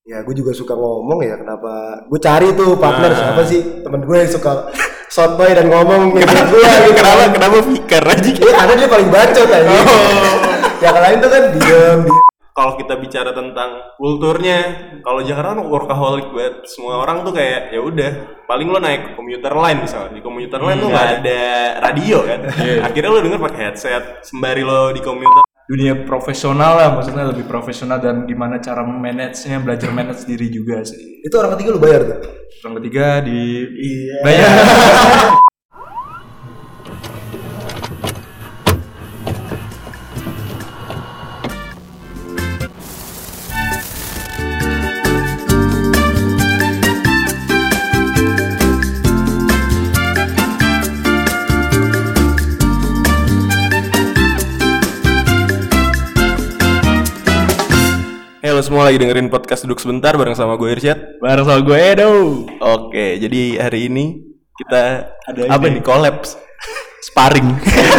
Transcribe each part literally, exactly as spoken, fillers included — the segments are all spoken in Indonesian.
Ya gue juga suka ngomong ya, kenapa gue cari tuh partner nah. siapa sih temen gue yang suka sotoy dan ngomong gitu gue gitu. Kenapa kenapa Fikar aja? Iya karena dia paling bacot aja. Oh. Yang lain tuh kan diem. diem. Kalau kita bicara tentang kulturnya, kalau Jakarta kan workaholic banget. Semua orang tuh kayak ya udah, paling lo naik komuter line misalnya. Di komuter line hmm, tuh nggak ada radio kan. Yeah. Akhirnya lo denger pakai headset sembari lo di komuter. Dunia profesional lah, maksudnya lebih profesional dan gimana cara manage-nya, belajar manage diri juga sih. Itu orang ketiga lu bayar tuh? Orang ketiga di iya. bayar. Halo semua, lagi dengerin podcast Duduk Sebentar bareng sama gue Irsyad, bareng sama gue Edo. Oke, jadi hari ini kita ada apa nih? Collabs, sparring,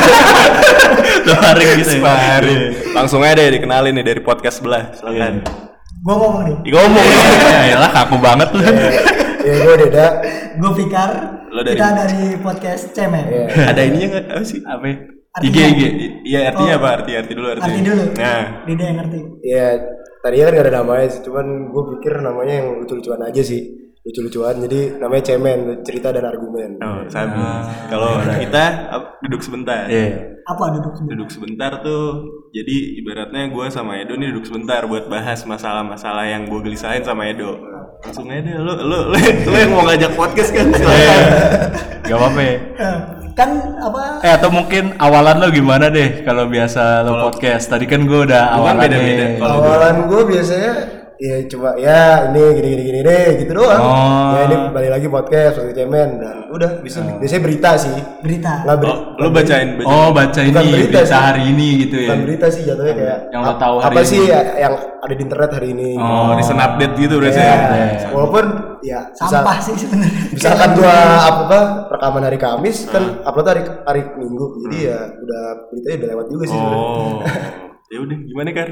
sparring gitu. Sparring. Langsung aja deh dikenalin nih dari podcast sebelah. Silakan. Gue ngomong nih. Gue ngomong. Ya lah kaku banget lu. Ya gue Deda. Gue Fikar. Dari... Kita dari podcast Cemen. Yeah. Ada ininya nggak? Apa sih? Apa? I G I G. Iya artinya oh. apa? Arti arti dulu arti. Arti dulu. Nah. Deda yang ngerti. Iya. Tadinya kan gak ada namanya sih, cuman gue pikir namanya yang lucu-lucuan aja sih. Lucu-lucuan, jadi namanya Cemen, cerita dan argumen. Oh, sabi. Ah. Kalau kita duduk sebentar. Yeah. Apa duduk sebentar? Duduk sebentar tuh, jadi ibaratnya gue sama Edo nih duduk sebentar buat bahas masalah-masalah yang gue gelisahin sama Edo. Langsung aja deh, lu, lu, lu, lu yang mau ngajak podcast kan? Gak apa-apa ya. Kan apa? Eh atau mungkin awalan lo gimana deh kalau biasa lo kalo, podcast? Tadi kan gue udah awalan beda-beda. Awalan gue biasanya ya coba ya ini gini gini gini deh gitu doang. Oh. Ya ini balik lagi podcast podcast Cemen dan udah bisa oh. biasanya berita sih. Berita. Nggak beri, oh, lo bacain, bacain. Oh baca ini berita, berita hari ini gitu ya. Bukan berita sih jatuhnya kayak yang lo tahu hari apa ini. sih ya, yang ada di internet hari ini. Oh, recent update gitu berarti. Ya, ya. Walaupun ya sampah sih sebenarnya. Misalkan gua apa rekaman hari Kamis hmm. kan upload hari hari Minggu. Jadi hmm. ya udah beritanya udah lewat juga sih sebenarnya. Oh. Ya udah gimana kan?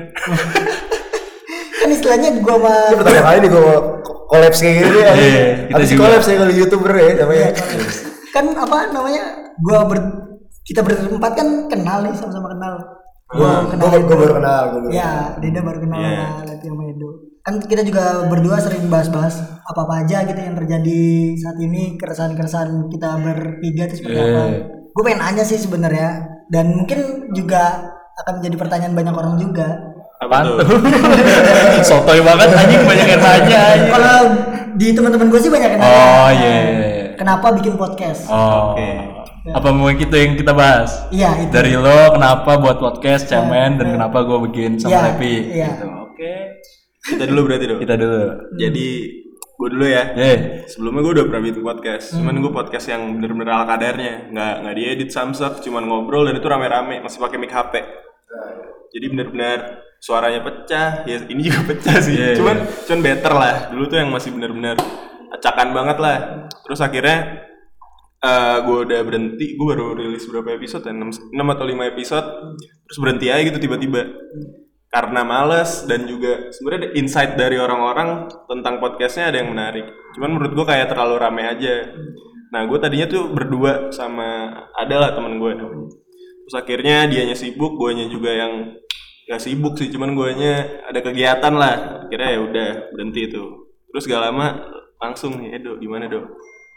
Kan istilahnya gue mah ini pertama kali nih gue kolaps kayak gini ya. Habis kolaps ya kalau YouTuber ya namanya. Kan apa namanya? Gue ber kita berempat kan kenal nih, sama-sama kenal. Gue kenal, gue baru kenal. Ya, Deda baru kenal sama Lati sama Edo. Kan kita juga berdua sering bahas-bahas apa-apa aja gitu yang terjadi saat ini, keresahan-keresahan kita bertiga itu seperti apa. Gue pengen nanya sih sebenarnya, dan mungkin juga akan menjadi pertanyaan banyak orang juga. Apa tuh? Sotoy banget anjing, banyak yang nanya. Kalau di teman-teman gue sih banyak yang nanya. Oh iya. Yeah, yeah. Kenapa bikin podcast? Oh, oke. Okay. Ya. Apa mau itu yang kita bahas? Iya itu. Dari lo kenapa buat podcast Cemen ya, dan ya. kenapa gue bikin sama ya, Lepi? Iya. Gitu. Oke. Okay. Kita dulu berarti dong. Kita dulu. Jadi gue dulu ya. Yeah. Sebelumnya gue udah pernah bikin podcast. Hmm. Cuman gue podcast yang bener-bener ala kadarnya, nggak nggak diedit samsak, cuman ngobrol dan itu rame-rame, masih pakai mic H P. Jadi bener-bener suaranya pecah, ya ini juga pecah sih. Yeah, cuman yeah. cuman better lah. Dulu tuh yang masih bener-bener acakan banget lah. Terus akhirnya uh, gue udah berhenti. Gue baru rilis berapa episode ya? enam atau lima episode. Terus berhenti aja gitu tiba-tiba. Karena males dan juga sebenarnya insight dari orang-orang tentang podcastnya ada yang menarik. Cuman menurut gue kayak terlalu rame aja. Nah gue tadinya tuh berdua sama adalah temen gue. Terus akhirnya dianya sibuk, guanya juga yang gak sibuk sih, cuman guanya ada kegiatan lah. Akhirnya ya udah berhenti itu. Terus gak lama langsung nih, Edo gimana dong?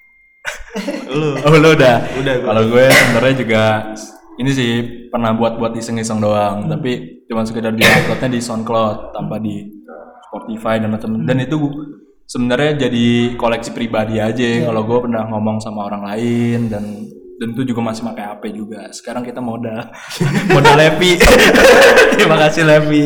Lu? Oh lu udah? Udah. Kalau gue sebenarnya juga ini sih pernah buat-buat iseng-iseng doang, hmm. tapi cuma sekedar di uploadnya di SoundCloud tanpa di Spotify dan macam-macam. Dan itu sebenarnya jadi koleksi pribadi aja. Yeah. Kalau gue pernah ngomong sama orang lain dan dan itu juga masih pakai H P juga. Sekarang kita modal modal Lepi. Terima kasih Lepi.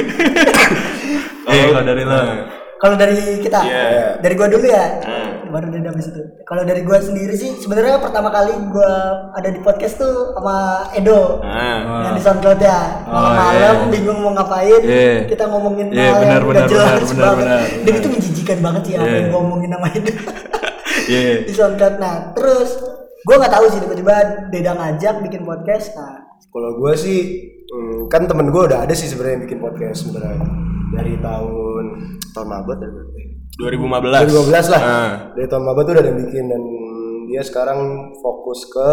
Eh kalau dari lo, kalau dari kita, yeah. dari gua dulu ya, hmm. baru Deda habis itu. Kalau dari gua sendiri sih, sebenarnya pertama kali gua ada di podcast tuh sama Edo, hmm. yang di SoundCloud ya. Malam-malam oh, yeah. bingung mau ngapain, yeah. kita ngomongin yeah, hal benar, yang benar, udah jelas benar, banget. benar, Dan itu menjijikan banget sih apa yeah. yang gua ngomongin sama Edo yeah. di SoundCloud. Nah, terus gue nggak tahu sih tiba-tiba Deda ngajak bikin podcast. Nah, kalau gue sih hmm, kan temen gue udah ada sih sebenarnya yang bikin podcast sebenarnya dari tahun tahun maba tadi. dua ribu lima belas dua ribu lima belas lah. Ah. Dari tahun maba tuh udah ada yang bikin dan dia sekarang fokus ke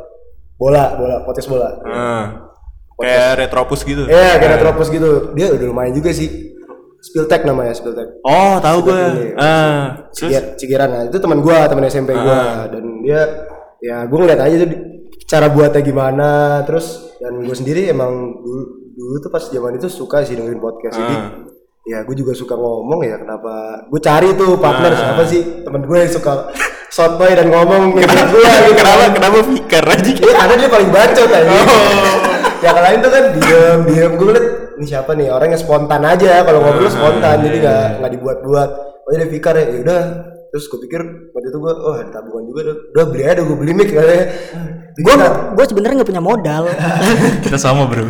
bola, bola, podcast bola. Ah. Kayak Retropus gitu. Iya, yeah, kayak Retropus gitu. Dia udah lumayan juga sih. Spiltek namanya, Spiltek. Oh, tahu gue. Ah, Cigiran, Cigiran. Nah, itu teman gua, teman S M P gua. Ah. Dan dia ya gua ngeliat aja tuh cara buatnya gimana. Terus dan gua sendiri emang dulu dulu tuh pas zaman itu suka sih dengerin podcast. Jadi Ah. ya gue juga suka ngomong ya, kenapa gue cari tuh partner siapa sih temen gue yang suka sotoy dan ngomong gitu gue gitu. Kenapa kenapa Fikar aja? Iya, karena dia paling bacot aja. Oh. Yang lain tuh kan diem diem gue liat ini siapa nih orang yang spontan aja kalau ngobrol spontan jadi nggak nggak dibuat-buat. Oh dia Fikar ya, udah. Terus gue pikir waktu itu gue, oh ada tabungan juga udah, udah beli aja, gue beli mic katanya. Gue gue sebenarnya nggak punya modal. Kita sama bro.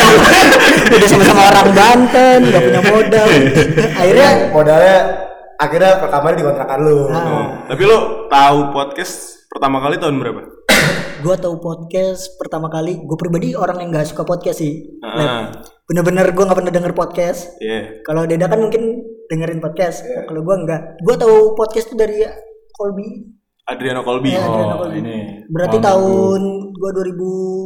Udah sama-sama orang Banten, nggak punya modal. Akhirnya modalnya akhirnya rekamannya di kontrakan lu. Oh. Tapi lo tahu podcast pertama kali tahun berapa? gue tahu podcast pertama kali. Gue pribadi orang yang nggak suka podcast sih. Ah. Bener-bener gue nggak pernah denger podcast. Iya. Yeah. Kalau Deda kan mungkin dengerin podcast. Yeah. Kalau gue enggak. Gue tahu podcast itu dari Colby. Adriano Colby. Ya, Adriano Oh, Colby. ini. Berarti Oh, tahun gue dua ribu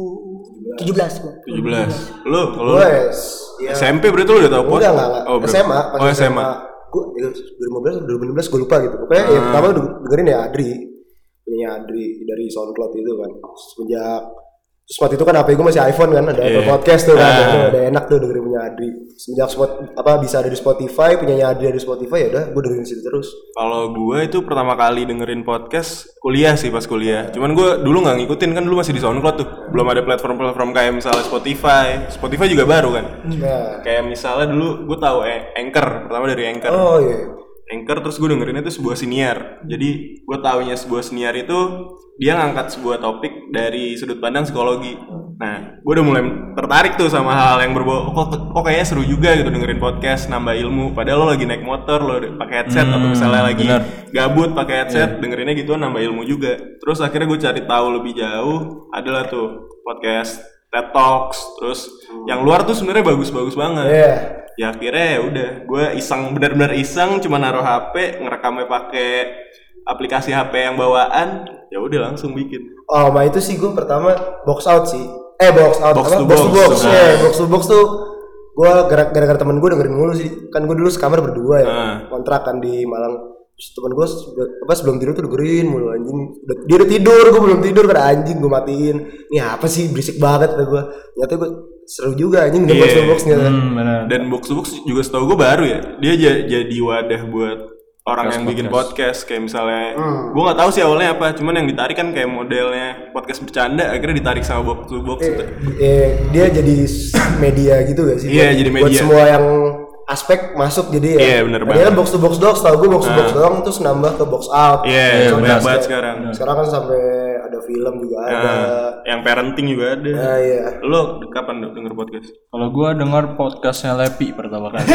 tujuh belas gua. tujuh belas. Lu kalau Gue ya, S M P berarti lu udah tahu enggak, podcast? enggak, enggak. Oh, S M A. Pas oh, S M A. Gue ya, dua ribu lima belas dua ribu enam belas gue lupa gitu. Pokoknya Ah. yang pertama dengerin ya Adri. Punya Adri dari SoundCloud itu kan. Semenjak terus waktu itu kan H P gue masih iPhone kan, ada Yeah. Apple Podcast tuh kan, Ah. itu udah enak tuh dengerin punya Adri. Semenjak spot apa bisa ada di Spotify, punyanya Adri ada di Spotify ya udah gue dengerin situ terus. Kalau gue itu pertama kali dengerin podcast kuliah sih pas kuliah. Cuman gue dulu nggak ngikutin kan, dulu masih di SoundCloud tuh. Belum ada platform-platform kayak misalnya Spotify. Spotify juga baru kan. Ya. Kayak misalnya dulu gue tahu eh, Anchor, pertama dari Anchor. Oh iya. Anchor terus gue dengerinnya itu sebuah siniar. Jadi gue taunya sebuah siniar itu dia ngangkat sebuah topik dari sudut pandang psikologi. Nah, gue udah mulai tertarik tuh sama hal yang berbau. Kok, kok kayaknya seru juga gitu dengerin podcast, nambah ilmu. Padahal lo lagi naik motor, lo pakai headset Hmm, atau misalnya lagi bener. gabut pakai headset, dengerinnya gitu nambah ilmu juga. Terus akhirnya gue cari tahu lebih jauh, adalah tuh podcast TED Talks. Terus yang luar tuh sebenarnya bagus-bagus banget. Iya. Ya akhirnya ya udah, gue iseng benar-benar iseng, cuma naruh H P, ngerekamnya pakai aplikasi H P yang bawaan, ya udah langsung bikin. Oh, ma itu sih gue pertama box out sih. Eh box out Box apa? to box to box. box. Ya, yeah, box to box tuh gue gara- gara-gara temen gue dengerin mulu sih. Kan gue dulu sekamar berdua ya, Ah. kontrak kan di Malang. Terus temen gue apa sebelum tidur tuh dengerin mulu anjing. Udah, dia udah tidur, gue belum tidur kan anjing gue matiin. Ini apa sih berisik banget kata gue. Ternyata gue seru juga anjing dengan Iya. box to box nya. Hmm, benar. Dan box to box juga setahu gue baru ya, dia j- jadi wadah buat orang Podcast, yang bikin podcast. podcast. Kayak misalnya, Hmm. gue nggak tahu sih awalnya apa, cuman yang ditarik kan kayak modelnya podcast bercanda, akhirnya ditarik sama box to box. Eh, eh, dia jadi s- media gitu gak sih? Iya, Buat- jadi Buat media. semua yang aspek masuk jadi ya. Iya, bener Tadi kan banget. box to box doang, setahu gue box to box doang terus nambah ke box out. Iya, Iya, banyak benar. banget sekarang. Sekarang kan sampai ada film juga ada. Nah, yang parenting juga ada. Nah, iya. Lo kapan denger podcast? Kalau gue dengar podcastnya Lepi pertama kali.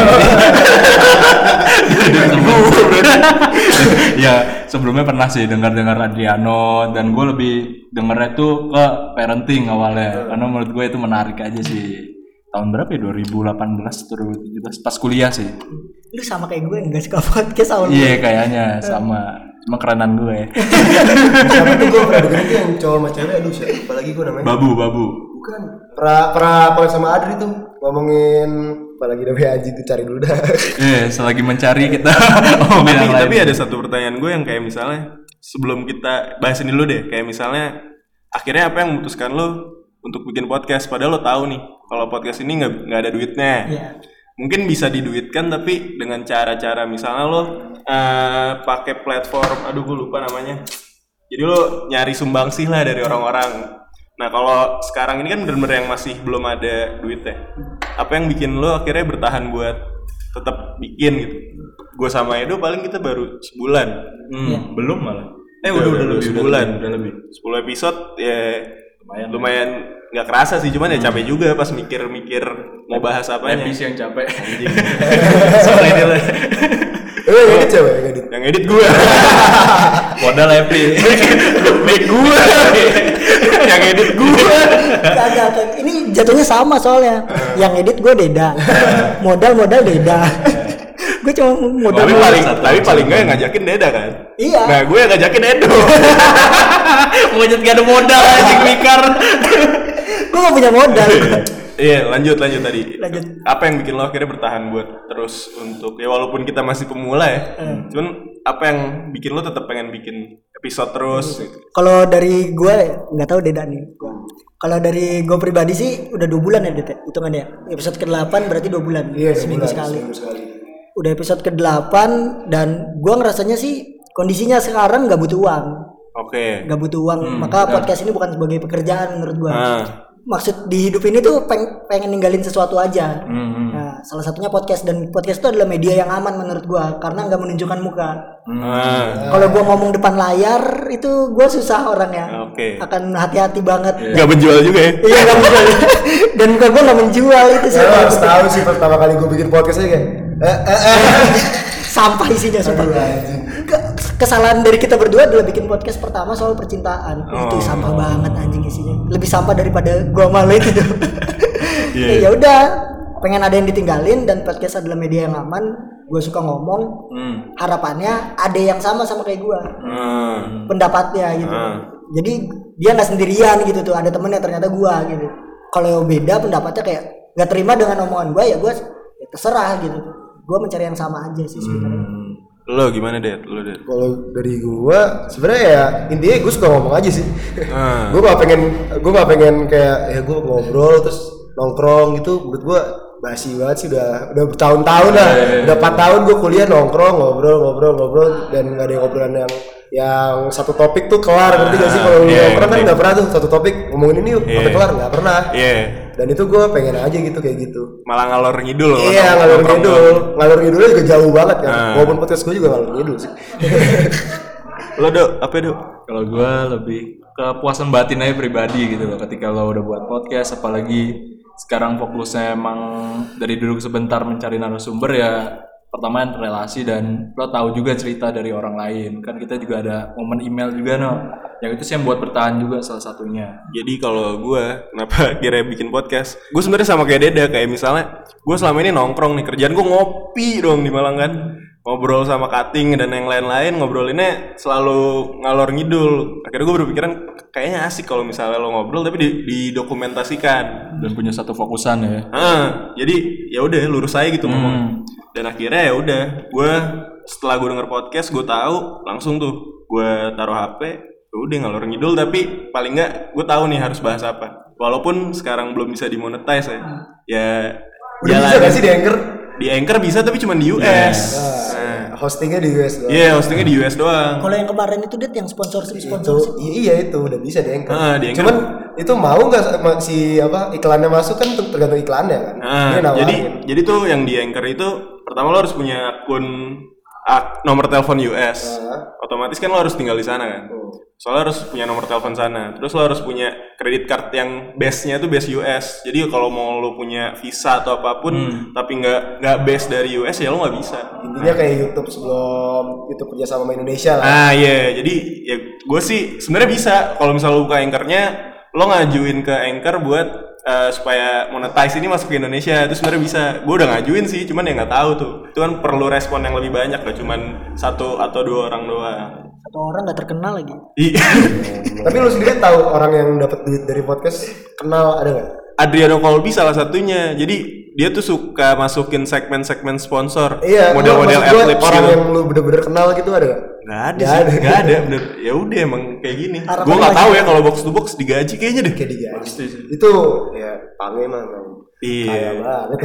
Ya sebelumnya pernah sih dengar-dengar Adriano, dan gue lebih dengernya tuh ke parenting awalnya karena menurut gue itu menarik aja sih. Tahun berapa ya? dua ribu delapan belas atau dua ribu tujuh belas pas kuliah sih. Lu sama kayak gue nggak suka podcast awal. Iya kayaknya sama, cuma kerenan gue. Sama tuh gue pernah dengerin tuh yang cowok sama cewek, aduh siapa lupa lagi gue namanya. Babu, babu. Bukan. Pernah pernah collab sama Adri tuh ngomongin apalagi namanya anjing tuh cari dulu dah. Iya, selagi mencari kita. Oh, tapi, bilang tapi lain. ada satu pertanyaan gue yang kayak misalnya, sebelum kita bahas ini dulu deh, kayak misalnya akhirnya apa yang memutuskan lo untuk bikin podcast, padahal lo tahu nih kalau podcast ini nggak nggak ada duitnya. Iya. Mungkin bisa diduitkan tapi dengan cara-cara misalnya lo uh, pakai platform, aduh gue lupa namanya. Jadi lo nyari sumbangsih lah dari orang-orang. Nah kalau sekarang ini kan bener-bener yang masih belum ada duitnya. Apa yang bikin lo akhirnya bertahan buat tetap bikin gitu? Gue sama Edo paling kita baru sebulan. Hmm, belum malah. Eh udah udah, lebih sebulan. udah lebih. sepuluh episode ya Lumayan. lumayan nggak kerasa sih, cuman ya capek juga pas mikir-mikir mau bahas apanya. Lepi sih yang capek. Anjing. Sorry deh lah. Eh, yang edit cewek, yang edit. Yang edit gue. Modal Lepi. Make gue. Yang edit gue. Kagak, kagak. Ini jatuhnya sama soalnya. Yang edit gue Deda. Modal-modal Deda. Gue cuma modal. Tapi paling tapi paling enggak yang ngajakin Deda kan. Iya. Nah, gue yang ngajakin Edo. Pokoknya gak ada modal anjing Mikar. Gue gak punya modal. Iya, lanjut lanjut tadi. Lanjut. Apa yang bikin lo akhirnya bertahan buat terus untuk ya walaupun kita masih pemula ya. Hmm. Cuman apa yang bikin lo tetap pengen bikin episode terus gitu. Kalau dari gue nggak tahu Deda nih. Kalau dari gue pribadi sih udah dua bulan ya Deda. Hitungannya. Episode ke delapan berarti dua bulan. Iya, seminggu bulan, sekali. seminggu sekali. Udah episode ke delapan dan gue ngerasanya sih kondisinya sekarang nggak butuh uang. Oke. Okay. Nggak butuh uang. Hmm, maka ya. Podcast ini bukan sebagai pekerjaan menurut gue. Ah. Maksud di hidup ini tuh peng, pengen ninggalin sesuatu aja. Hmm. Nah, salah satunya podcast dan podcast itu adalah media yang aman menurut gua karena nggak menunjukkan muka. Hmm. Kalau gua ngomong depan layar itu gua susah orangnya. Oke. Okay. Akan hati-hati banget. Gak menjual juga ya? Iya nggak menjual. Dan muka gua nggak menjual itu sih. Ya, harus tahu sih pertama kali gue bikin podcast aja kayak. Eh, eh, eh. Sampah isinya sumpah. Kesalahan dari kita berdua adalah bikin podcast pertama soal percintaan. Oh. Itu sampah banget anjing isinya. Lebih sampah daripada gua malu itu. Yeah. Ya udah, pengen ada yang ditinggalin dan podcast adalah media yang aman. Gue suka ngomong. Hmm. Harapannya ada yang sama sama kayak gua. Hmm. Pendapatnya gitu. Hmm. Jadi dia nggak sendirian gitu tuh. Ada temennya ternyata gua gitu. Kalau beda pendapatnya kayak nggak terima dengan omongan gua ya gua ya terserah gitu. Gua mencari yang sama aja sih sebenarnya. Hmm. Lo gimana deh? Lo deh. Kalau dari gua sebenarnya ya intinya gua suka ngomong aja sih. Hmm. gua gak pengen gua gak pengen kayak ya gua ngobrol terus nongkrong gitu. Menurut gua basi banget sih udah udah bertahun-tahun lah. Udah empat tahun gua kuliah nongkrong ngobrol ngobrol ngobrol dan gak ada yang ngobrolan yang yang satu topik tuh kelar. Ngerti gak sih kalau yeah, nongkrong kan nggak pernah tuh satu topik ngomongin ini yuk yeah. sampai kelar nggak pernah. Iya. Yeah. Dan itu gue pengen aja gitu kayak gitu. Malah ngalor ngidul loh. Iya ngalor ngidul. Ngalor ngidulnya juga jauh banget kan. Uh. Walaupun podcast gue juga ngalor ngidul sih. Lo Dok, apa Dok? Kalau gue lebih kepuasan batin aja pribadi gitu loh. Ketika lo udah buat podcast, apalagi sekarang fokusnya emang dari duduk sebentar mencari narasumber ya. Pertama relasi dan lo tahu juga cerita dari orang lain. Kan kita juga ada momen email juga no. Yang itu sih yang buat bertahan juga salah satunya. Jadi kalau gue kenapa kira bikin podcast? Gue sebenarnya sama kayak Deda, kayak misalnya gue selama ini nongkrong nih, kerjaan gue ngopi dong di Malang kan. Ngobrol sama Kating dan yang lain-lain, ngobrolinnya selalu ngalor ngidul. Akhirnya gue berpikiran kayaknya asik kalau misalnya lo ngobrol tapi didokumentasikan dan punya satu fokusan ya. Ah, jadi ya udah lurus aja gitu hmm. ngomong. Dan akhirnya ya udah, gue setelah gue denger podcast, gue tahu langsung tuh gue taruh H P, udah ngalor ngidul tapi paling nggak gue tahu nih harus bahas apa. Walaupun sekarang belum bisa dimonetize ya, ya udah bisa nggak sih di Anchor? Di Anchor bisa tapi cuma di U S. Yeah. Nah, hostingnya di U S doang. Iya, yeah, hostingnya di U S doang. Kalau yang kemarin itu Det yang sponsorship sponsorship. Itu, iya itu udah bisa di Anchor. Ah, di Anchor. Cuman itu mau nggak si apa iklannya masuk kan tergantung iklannya kan. Nah, jadi jadi tuh yang di Anchor itu pertama lo harus punya akun ak, nomor telepon U S. Uh. Otomatis kan lo harus tinggal di sana kan. Uh. Soalnya harus punya nomor telepon sana. Terus lo harus punya kredit card yang base-nya tuh base U S. Jadi kalau mau lo punya visa atau apapun hmm. tapi nggak nggak base dari U S ya lo nggak bisa. Intinya kayak YouTube sebelum YouTube kerja sama Indonesia lah. Ah iya, yeah. Jadi ya gue sih sebenarnya bisa kalau misalnya lo buka Anchor-nya, lo ngajuin ke Anchor buat uh, supaya monetize ini masuk ke Indonesia. Itu sebenarnya bisa. Gue udah ngajuin sih, cuman ya nggak tahu tuh. Itu kan perlu respon yang lebih banyak, gak cuman satu atau dua orang doang. Satu orang nggak terkenal lagi. Iya. Tapi lu sendiri tahu orang yang dapat duit dari podcast kenal ada nggak? Adriano Colby salah satunya. Jadi dia tuh suka masukin segmen-segmen sponsor. Iya. Model-model adlibs orang gitu. yang lu bener-bener kenal gitu ada nggak? Nggak ada gak sih. Ada. Nggak ada. Bener. Ya udah emang kayak gini. Gue nggak tahu ya kalau box to box digaji kayaknya deh. Kayak digaji. Itu ya pange mah. Iya. Kaya banget.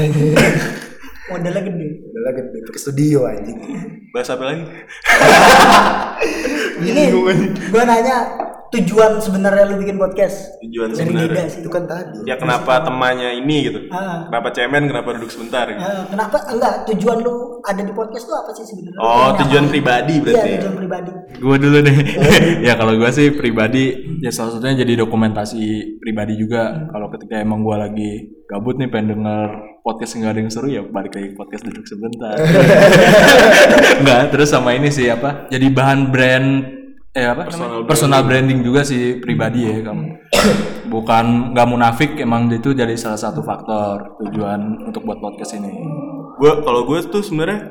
Modalnya gede. Modalnya gede. Pakai studio anjing. Bahas apa lagi? Ini gue nanya tujuan sebenarnya lu bikin podcast. Tujuan sebenarnya itu kan tadi. Ya kenapa temannya ini gitu? Ah. Kenapa cemen? Kenapa duduk sebentar? Gitu? Ah, kenapa enggak tujuan lu ada di podcast tuh apa sih sebenarnya? Oh tujuan apa? Pribadi berarti. Iya tujuan pribadi. Gue dulu deh. Ya kalau gue sih pribadi ya salah satunya jadi dokumentasi pribadi juga. Hmm. Kalau ketika emang gue lagi gabut nih pengen denger podcast nggak ada yang seru ya balik lagi podcast duduk sebentar. Enggak, terus sama ini sih apa? Jadi bahan brand eh apa? Personal, personal branding. branding juga sih pribadi ya kamu. Bukan nggak munafik, emang itu jadi salah satu faktor tujuan untuk buat podcast ini. Gue kalau gue tuh sebenarnya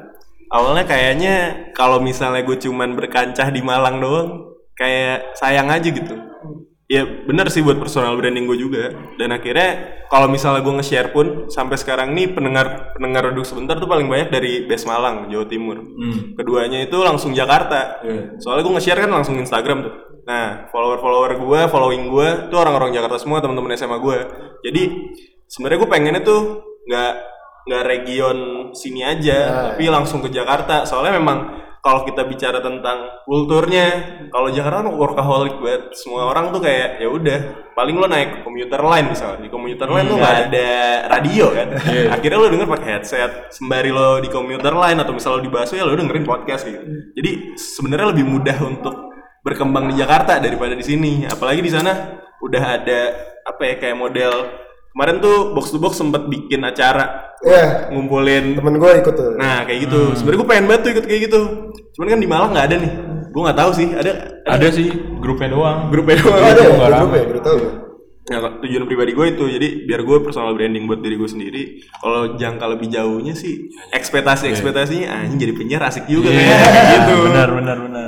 awalnya kayaknya kalau misalnya gue cuman berkancah di Malang doang, kayak sayang aja gitu. Ya benar sih buat personal branding gue juga. Dan akhirnya kalau misalnya gue nge-share pun sampai sekarang nih pendengar pendengar Redup Sebentar tuh paling banyak dari Bes Malang, Jawa Timur. Hmm. Keduanya itu langsung Jakarta. Yeah. Soalnya gue nge-share kan langsung Instagram tuh. Nah, follower-follower gue, following gue tuh orang-orang Jakarta semua, teman-teman S M A gue. Jadi sebenarnya gue pengennya tuh nggak nggak region sini aja, nah, tapi langsung ke Jakarta. Soalnya memang kalau kita bicara tentang kulturnya, kalau Jakarta kan workaholic banget. Semua orang tuh kayak ya udah, paling lo naik komuter line misalnya. Di komuter line hmm, tuh nggak ada radio kan. Yeah. Akhirnya lo denger pakai headset. Sembari lo di komuter line atau misalnya lo di busway, lo dengerin podcast gitu. Jadi sebenarnya lebih mudah untuk berkembang di Jakarta daripada di sini. Apalagi di sana udah ada apa ya kayak model. Kemarin tuh Box to Box sempat bikin acara, yeah, ngumpulin temen gue ikut tuh. Nah kayak gitu. Hmm. Sebenarnya gue pengen banget tuh ikut kayak gitu. Cuman kan di Malang nggak ada nih. Gue nggak tahu sih. Ada, ada. Ada sih grupnya doang. Grupnya doang. Oh, ada ya? Ada grupnya. Baru tahu. Nah tujuan pribadi gue itu. Jadi biar gue personal branding buat diri gue sendiri. Kalau jangka lebih jauhnya sih, ekspektasi ekspektasinya, ah ini jadi penyiar asik juga. Yeah. Kayak gitu. Benar benar benar.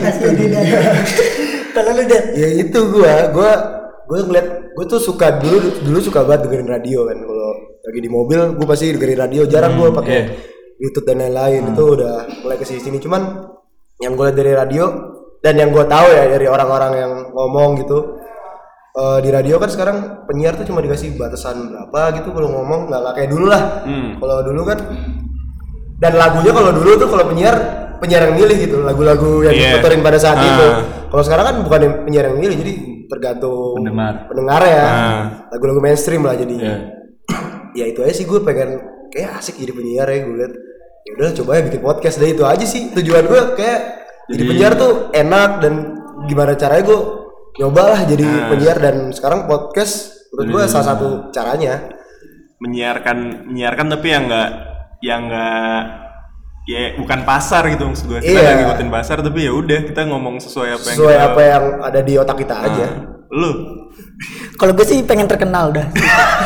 Kalau lu deh. Ya itu gue, gue gue ngeliat, gue tuh suka dulu dulu suka banget dengerin radio kan. Kalau lagi di mobil gue pasti dengerin radio, jarang hmm, gue pakai yeah. YouTube dan lain-lain. Hmm. Itu udah mulai ke sini. Cuman yang gue lihat dari radio dan yang gue tahu ya dari orang-orang yang ngomong gitu, uh, di radio kan sekarang penyiar tuh cuma dikasih batasan berapa gitu kalau ngomong, nggak nggak kayak dulu lah. Hmm. Kalau dulu kan, dan lagunya kalau dulu tuh kalau penyiar penyiar yang milih gitu, lagu-lagu yang yeah. diputerin pada saat uh. itu. Kalau sekarang kan bukan penyiar yang milih, jadi tergantung pendengar, pendengar ya. Uh. Lagu-lagu mainstream lah jadi. Yeah. Ya itu aja sih, gue pengen kayak asik jadi penyiar ya, gue liat. Ya udah coba ya bikin podcast deh, itu aja sih tujuan gue, kayak jadi, jadi penyiar tuh enak dan gimana caranya gue nyobalah jadi uh. penyiar, dan sekarang podcast menurut gue salah satu caranya menyiarkan menyiarkan tapi yang enggak yang enggak ya bukan pasar gitu maksud gue. Kita iya. nggak ngikutin pasar, tapi ya udah kita ngomong sesuai apa yang sesuai kita, apa yang ada di otak kita uh. aja. Lu? Kalau gue sih pengen terkenal dah.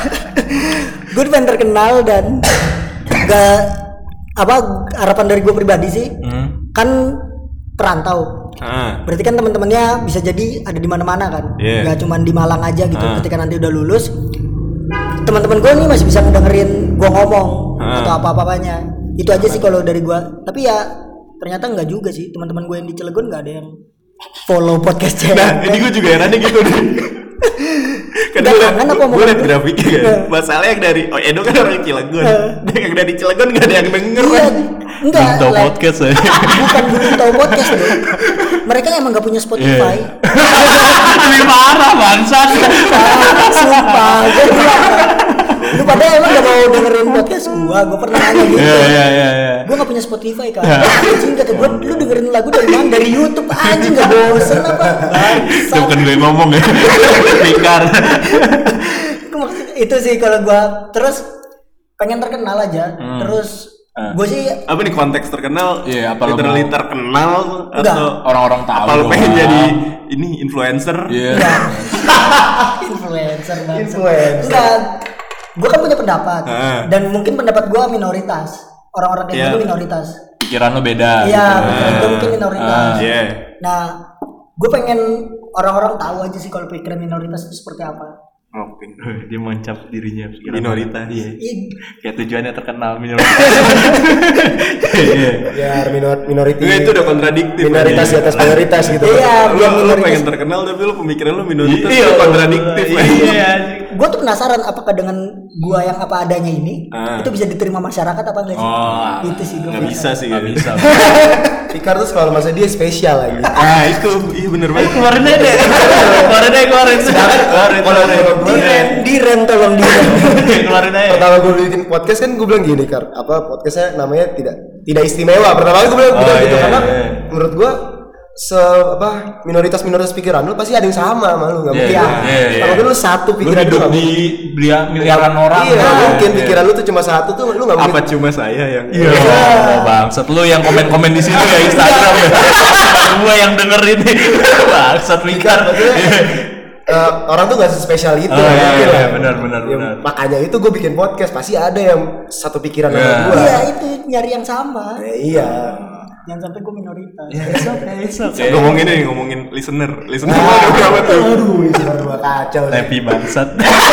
Gue pengen terkenal dan gak apa harapan dari gue pribadi sih, hmm. kan perantau. Uh. Berarti kan teman-temannya bisa jadi ada di mana-mana kan, yeah. gak cuma di Malang aja gitu. Uh. Ketika nanti udah lulus, teman-teman gue nih masih bisa ngedengerin gue ngomong uh. atau apa-apanya. Itu aja sih kalau dari gue. Tapi ya ternyata nggak juga sih, teman-teman gue yang di Cilegon nggak ada yang follow podcastnya. Nah ini gue juga herannya gitu deh. Karena gue liat grafiknya kan, masalahnya yang dari oh Edo kan orang Cilegon, dan yang dari Cilegon nggak ada yang denger kan. Enggak, belum tahu podcast ya. Bukan belum tahu podcast dong. Mereka emang nggak punya Spotify. Lebih parah bangsat. Sumpah, gue bilang, lu pada emang gak mau dengerin podcast gua, gua pernah nanya gitu. Iya iya iya iya. Gua gak punya Spotify kan. Anjing kata gua, lu dengerin lagu dari mana? Dari YouTube anjing, gak bosen apa? Itu bukan gue ngomong ya. Pikar. Itu sih kalau gua terus pengen terkenal aja. Hmm. Terus Uh. gue sih apa nih konteks terkenal? Iya, apa literally terkenal atau orang-orang tahu? Apa lu pengen jadi ini influencer? Iya. Yeah. Influencer banget. Influencer. Enggak. Gue kan punya pendapat uh. dan mungkin pendapat gue minoritas. Orang-orang kayak yeah. gitu minoritas. Pikiran lo beda. Iya, gitu. pikiran gue mungkin minoritas. Uh, yeah. Nah, gue pengen orang-orang tahu aja sih kalau pikiran minoritas itu seperti apa. Oke, okay. Dia mencap dirinya minoritas. Iya. Kayak tujuannya terkenal minoritas. Ya, minor minoritas. Itu udah kontradiktif. Minoritas di atas mayoritas gitu. Iya, lu pengen terkenal tapi lu pemikiran lu minoritas. Iya, kontradiktif. Iya. Gue tuh penasaran apakah dengan gua yang apa adanya ini ah. itu bisa diterima masyarakat apa enggak sih? Oh, itu sih gue. Enggak bisa sih, enggak bisa. Fikar tuh kalau masa dia spesial lagi. Ah, itu iya bener banget. Keluarin aja deh. Keluarin aja, keluarin. Keluarin. Kalau direm, direm tolong direm. Keluarin aja. Pertama gue bikin podcast kan gue bilang gini, Kar, apa podcastnya namanya tidak tidak istimewa. Pertama kali gue bilang, oh, bilang iya, gitu iya, karena iya. menurut gue se apa minoritas minoritas pikiran lu pasti ada yang sama sama lu, nggak yeah, mungkin. Yeah, yeah, yeah. Kalau lu satu pikiran lu hidup lu di belia, miliaran orang. Iya, nah, mungkin yeah. pikiran lu tuh cuma satu tuh lu nggak mungkin. Apa cuma saya yang? Iya. Oh, bangsat lu yang komen-komen di situ ya Instagram ya. Gua yang denger ini. Bangsat mikir. uh, orang tuh gak sespesial itu. Oh, iya, mungkin iya, lah. benar, benar, Ya, benar. makanya itu gue bikin podcast pasti ada yang satu pikiran sama Iya. gue. Iya itu nyari yang sama. Ya, iya. Jangan sampai gue minoritas. It's okay, it's okay. Ngomongin nih, ngomongin listener. Listener Ah, ada berapa tuh? Aduh, itu gua kacau. sih. Happy bangsat.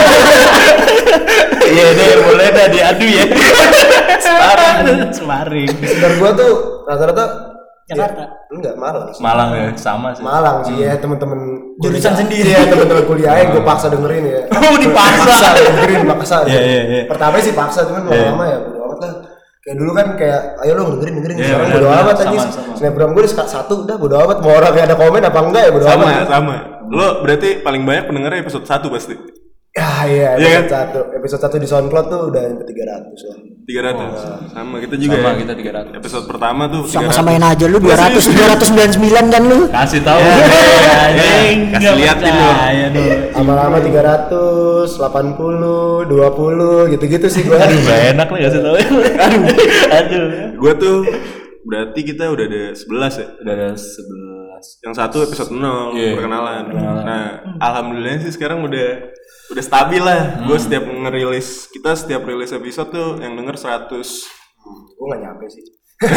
Iya deh, boleh dah diadu ya. Sparring, sparring. Listener gue tuh rata-rata Jakarta. ya, enggak Malang. sih. Malang ya, sama sih. Malang sih ya teman-teman Jurusan kuliah. sendiri. ya teman-teman kuliah yang gue paksa dengerin ya. Oh, dipaksa. Paksa dengerin paksa. Iya, iya, iya. Pertama sih paksa cuman Iya. lama-lama ya bodo amat lah. Kayak dulu kan kayak ayo lo dengerin dengerin Iya, sekarang benar, bodo benar. amat Sama, aja. sama. Snapgram gue udah satu udah bodo amat mau orang yang ada komen apa enggak ya bodo Sama, amat. sama. Lo berarti paling banyak pendengarnya episode satu pasti. Ya iya Iya episode satu episode satu di SoundCloud tuh udah sampai tiga ratus lah. tiga ratus. Sama kita juga Sama ya. kita tiga ratus. Episode pertama tuh Sama-samain aja lu dua ratus dua ratus sembilan puluh sembilan kan lu. Kasih tahu. Ya, anjing. kasih Nggak liatin percaya dong. dong. Lama-lama tiga ratus, delapan puluh, dua puluh gitu-gitu sih gue. Aduh, gak enak lah kasih tahu. Aduh. Aduh. Gue tuh berarti kita udah ada sebelas ya. Udah ada sebelas. Yang satu episode nol Iya. perkenalan. Perkenalan. Nah, alhamdulillah sih sekarang udah udah stabil lah. Gue setiap ngerilis kita setiap rilis episode tuh yang denger seratus. Gue gak nyampe sih.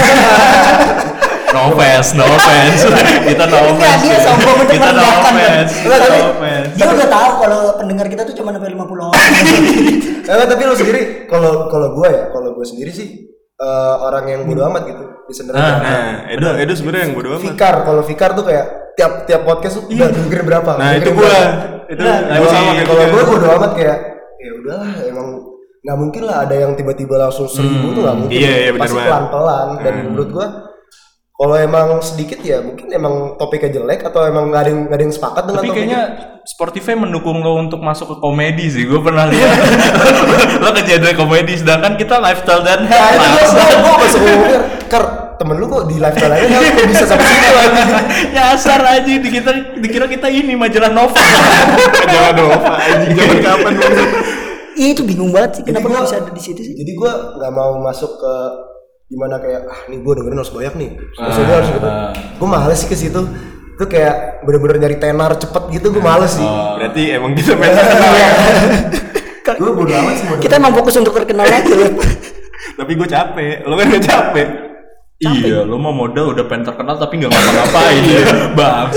No offense, no offense. Kita no offense. dia sombong untuk Kita no merendahkan. offense. Enggak, tapi- No offense. Dia udah tahu kalau pendengar kita tuh cuma sampai lima puluh orang. Eh, tapi lu sendiri kalau kalau gue ya, kalau gue sendiri sih eh, orang yang bodo amat gitu di sebenarnya. Nah, Edo Edo sebenarnya yang bodo amat. Fikar, kalau Fikar tuh kayak tiap tiap podcast tuh udah dengerin berapa? Nah, itu dengerin gua. berapa. Itu Nah, gua kalau- sama kayak kalau gitu. gue bodo amat kayak ya udahlah emang nggak mungkin lah ada yang tiba-tiba langsung seribu tuh nggak mungkin. Iya, iya, benar Pasti banget. pelan-pelan dan menurut gue kalau emang sedikit ya mungkin emang topiknya jelek atau emang nggak ada yang nggak ada yang sepakat dengan Tapi topiknya. kayaknya Spotify mendukung lo untuk masuk ke komedi sih. Gue pernah lihat. Lo ke genre komedi, sedangkan kita lifestyle dan Nah, itu health. gue gue masuk ngomongin, Kar, temen lu kok di lifestyle aja kok bisa sampai situ aja. Nyasar aja di kita dikira kita ini majalah Nova. Jangan Nova anjing zaman kapan lu? Iya itu bingung banget sih kenapa Jadi nggak gua- bisa ada di situ sih. Jadi gue nggak mau masuk ke dimana kayak ah nih gue dengerin harus banyak nih, maksudnya harus gitu. Gue males sih ke situ. Itu kayak bener-bener nyari tenar cepet gitu, gue males sih. Berarti emang kita pengen terkenal ya. Gue bodo amat sih. bodo Kita amat. emang fokus untuk terkenal aja. Tapi gue capek. Lo kan gak capek. Iya, lo mau modal udah pengen terkenal tapi nggak ngapa-ngapain ya, bang.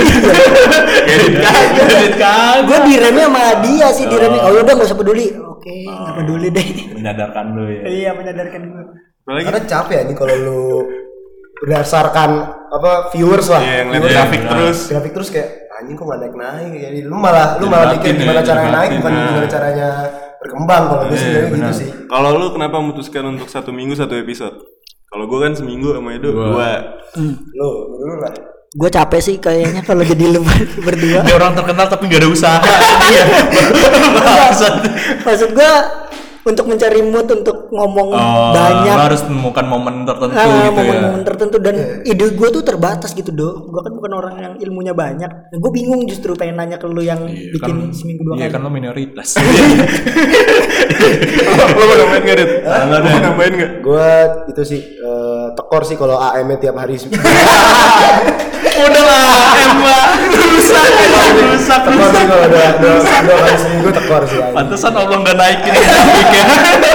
Edit kagak, edit kagak. Gue diremnya sama dia sih diremnya. Oh udah nggak usah peduli. Oke nggak peduli deh. Menyadarkan lo ya. Iya menyadarkan gue. Apalagi Karena capek nih kalau lu berdasarkan apa viewers lah. Iya, yang lihat Viewers. grafik Iya, terus. grafik terus kayak anjing kok gak naik naik jadi lu malah lu Jadi malah batin mikir ya, gimana jadi caranya naik batin. bukan Nah. gimana caranya berkembang kalau gue Iya, sendiri gitu benar. sih. Kalau lu kenapa memutuskan untuk satu minggu satu episode? Kalau gue kan seminggu sama Edo Dua. dua. Lu dulu lah. Gue capek sih kayaknya kalau jadi lu berdua. Dia orang terkenal tapi nggak ada usaha. Iya. Bangsat. Maksud gue untuk mencari mood untuk ngomong Oh, banyak. lo harus menemukan momen tertentu Ah, gitu momen-momen ya. tertentu dan ide gue tuh terbatas gitu do. Gue kan bukan orang yang ilmunya banyak. Gue bingung justru pengen nanya ke lu yang Iya, bikin kan- seminggu dua Iya kali. kan lo minoritas. Lo mau nambahin gak, Dit? Lo mau nambahin gak? Gue itu sih eh, tekor sih kalau A M-nya tiap hari. Udah lah, emang rusak, rusak, Tekor sih kalau udah dua, dua kali seminggu tekor sih. anjing. Pantesan Allah nggak naikin topiknya.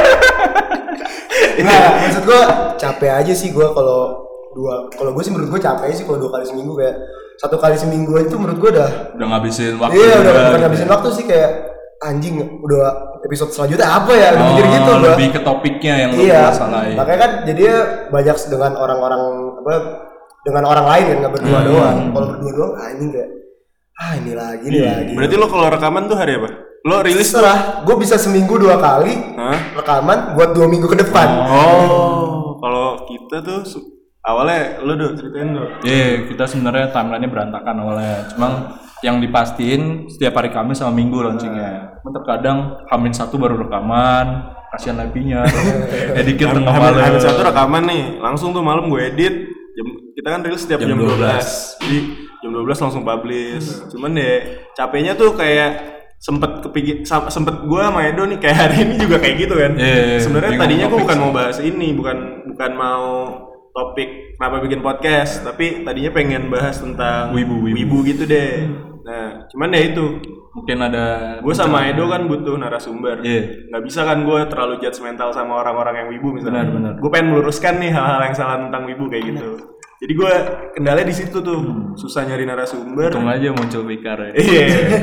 Nah, maksud gue capek aja sih gue kalau dua. Kalau gue sih menurut gue capek sih kalau dua kali seminggu kayak satu kali seminggu itu menurut gue udah. Udah ngabisin waktu. Iya udah juga, bukan gitu. ngabisin waktu sih kayak anjing udah episode selanjutnya apa ya udah Oh, mikir gitu gua. lebih ke topiknya yang lo Iya. masalahin. Makanya kan jadinya banyak dengan orang-orang apa dengan orang lain kan nggak berdua Hmm. doang. Kalau berdua doang anjing kayak ah ini lagi ini Iya. lagi. Berarti lo kalau rekaman tuh hari apa? Lo rilis tuh? setelah gue bisa seminggu dua kali Hah? rekaman buat dua minggu ke depan. Oh, kalau kita tuh su- awalnya lo do ceritain do. Iya, kita sebenarnya timelinenya berantakan awalnya. Cuma yang dipastiin setiap hari Kamis sama Minggu launchingnya. Cuma terkadang Hamin satu baru rekaman, kasihan lebihnya. Edit tengah malam. Hari satu rekaman nih, langsung tuh malam gue edit. Jam, kita kan rilis setiap Jam jam, dua dua belas. belas. Jadi jam dua belas langsung publish. Cuman deh capeknya tuh kayak sempet kepikir sam- sempet gue sama Edo nih kayak hari ini juga kayak gitu kan. Iya, iya, iya. Sebenarnya Bingung tadinya gue topik bukan sih. mau bahas ini, bukan bukan mau topik kenapa bikin podcast, tapi tadinya pengen bahas tentang Wibu, wibu. wibu gitu deh. Nah, cuman ya itu mungkin ada Gue sama Edo kan butuh narasumber. Iya. Nggak bisa kan gue terlalu judgmental sama orang-orang yang wibu misalnya. Benar, benar. Gue pengen meluruskan nih hal-hal yang salah tentang wibu kayak gitu. Jadi gue kendalanya di situ tuh, susah nyari narasumber. untung aja muncul Fikar ya. Iya.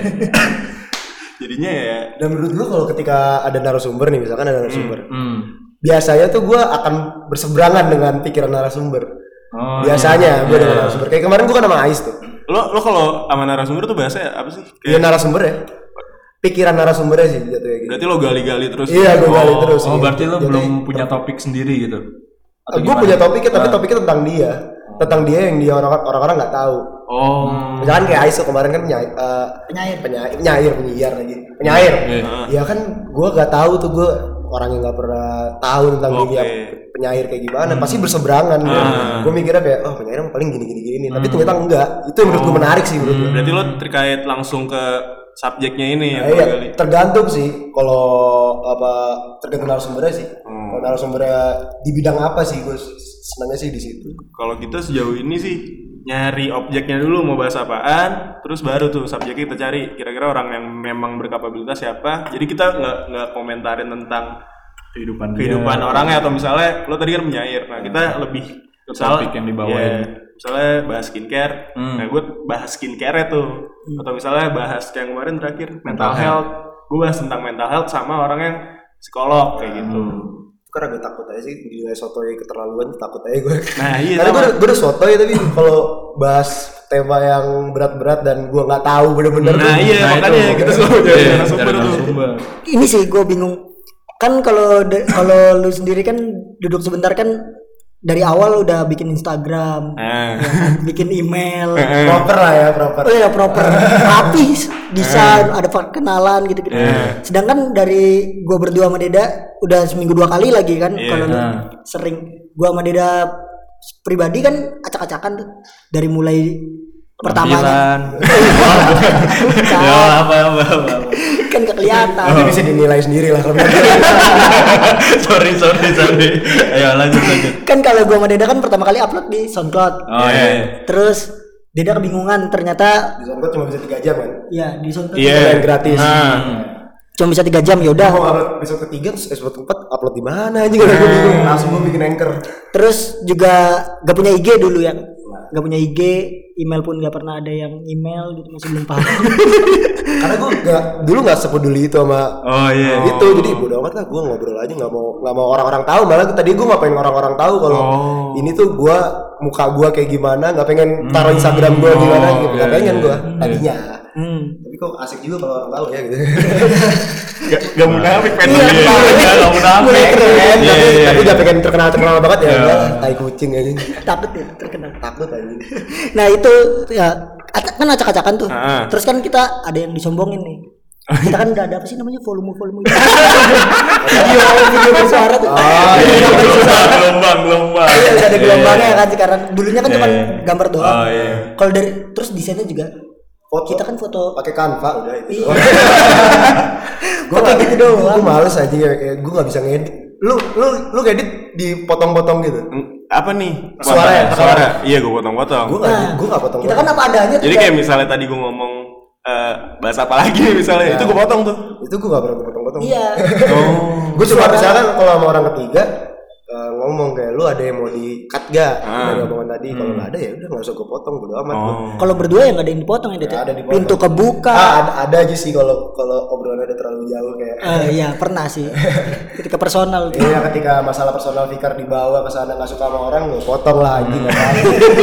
Jadinya ya. Dan menurut gua kalau ketika ada narasumber nih, misalkan ada narasumber, Hmm. biasanya tuh gua akan berseberangan dengan pikiran narasumber. Oh, Biasanya gua dengan narasumber. Kayak kemarin gua kan sama Ais tuh. Lo lo kalau sama narasumber tuh bahasanya apa sih? Iya narasumber ya. Pikiran narasumbernya sih jatuhnya gitu. Berarti lo gali-gali terus. Iya, gua gali terus. Oh, iya. berarti lo Jadi, belum punya topik sendiri gitu. Atau Gue gimana? punya topiknya, tapi topiknya tentang dia, tentang dia yang dia orang orang-orang nggak tahu. Oh. Misalkan kayak Ais tuh kemarin kan penyair, uh, Penyair. penyair, penyair, penyiar lagi, penyair. Iya. Ya kan, gue nggak tahu tuh gue orang yang nggak pernah tahu tentang Oke. dunia penyair kayak gimana, pasti berseberangan. Ah. Gue mikirnya kayak, oh penyair yang paling gini gini gini, tapi ternyata enggak. Itu yang menurut gue menarik sih menurut gue. Berarti lo terkait langsung ke subjeknya ini ya, Nah, iya, gali. tergantung sih kalau apa tergantung narasumbernya sih. Kalau narasumbernya di bidang apa sih gue senangnya sih di situ. Kalau kita sejauh ini sih nyari objeknya dulu mau bahas apaan, terus baru tuh subjeknya kita cari kira-kira orang yang memang berkapabilitas siapa. Jadi kita nggak nggak komentarin tentang kehidupan dia. kehidupan orangnya atau misalnya lo tadi kan penyair, nah kita lebih Ke misal- topik yang dibawain. iya, misalnya bahas skincare, Hmm. nah gue bahas skincare tuh, atau misalnya bahas yang kemarin terakhir mental health, gue bahas tentang mental health sama orang yang psikolog kayak gitu. Itu karena gue takut aja sih dinilai sotoy keterlaluan, takut aja gue. Nah iya, Karena gue sama. gue udah sotoy tapi kalau bahas tema yang berat-berat dan gue nggak tahu bener-bener Nah tuh. iya Nah, makanya itu. kita selalu jadi Iya, narasumber cari tuh. narasumber. Ini sih gue bingung. Kan kalau de- kalau lu sendiri kan duduk sebentar kan dari awal udah bikin Instagram, Nah. ya kan? Bikin email. Proper lah ya, proper. Oh ya proper, rapi, desain, ada perkenalan gitu-gitu. Sedangkan dari gua berdua sama Deda udah seminggu dua kali lagi kan. Iya. Kalau lu sering gua sama Deda pribadi kan acak-acakan tuh dari mulai pertamanya. Ya apa apa apa. Kan gak kelihatan. Tapi bisa dinilai sendiri lah kalau sorry sorry sorry. Ayo lanjut lanjut. Kan kalau gua sama Deda kan pertama kali upload di SoundCloud. Oh iya. iya. Terus Deda kebingungan ternyata di SoundCloud cuma bisa tiga jam kan. ya di SoundCloud Iya. Yang gratis. Nah. cuma bisa tiga jam ya udah. Mau upload episode ketiga terus episode keempat upload di mana aja gue bingung. Langsung gue bikin anchor. Terus juga gak punya I G dulu ya, gak punya I G, email pun gak pernah ada yang email gitu, masih belum paham. Karena gue nggak dulu nggak sepeduli itu sama Oh iya. itu, jadi bodo amat lah, gue ngobrol aja, nggak mau nggak mau orang-orang tahu. Malah tadi gue nggak pengen orang-orang tahu kalau ini tuh gue muka gue kayak gimana, nggak pengen taruh Instagram gue gimana gitu, nggak pengen gue tadinya. Hmm. Tapi kok asik juga kalau orang tahu ya gitu. Gak, gak munafik pengen Iya, nggak munafik. Mulai keren, Iya, tapi, iya, tapi iya. udah pengen terkenal terkenal banget ya, Iya. udah, tai kucing aja. Takut ya terkenal. Takut aja. Nah itu ya ac- kan acak-acakan tuh. Ah. Terus kan kita ada yang disombongin nih. Kita kan udah ada apa sih namanya volume-volume itu. Video video bersuara tuh. Oh, iya. Gelombang gelombang. Iya, udah ada gelombangnya kan sekarang. Dulunya kan cuma Iya, iya. gambar doang. Oh, iya. Kalau dari terus desainnya juga Foto. kita kan foto Pakai Canva udah itu. Iya. Gue Foto gitu doang. Gue males aja kayak gue nggak bisa ngedit. Lu lu lu ngedit dipotong-potong gitu. apa nih? Suara ya? Suara. Iya, gue potong-potong. Gue nggak gue nggak potong. Kita kan apa adanya tuh. Jadi kayak misalnya tadi gue ngomong eh, bahas apa lagi nih misalnya, itu gue potong tuh. itu gue nggak pernah gue potong-potong. Iya. Oh. Gue cuma misalkan kalau sama orang ketiga eh, ngomong kayak lu ada yang mau di cut gak dari omongan tadi, kalau nggak ada ya udah nggak usah gue potong, bodo amat. gua. Kalau berdua ya nggak ada yang dipotong ya, Det? Nggak ada dipotong. Pintu kebuka. Ah, ada, ada aja sih kalau kalau obrolan ada terlalu jauh kayak. Eh, iya pernah sih. Ketika personal. tuh. Iya, ketika masalah personal Fikar dibawa ke sana nggak suka sama orang, gue potong lah anjing. ngapain.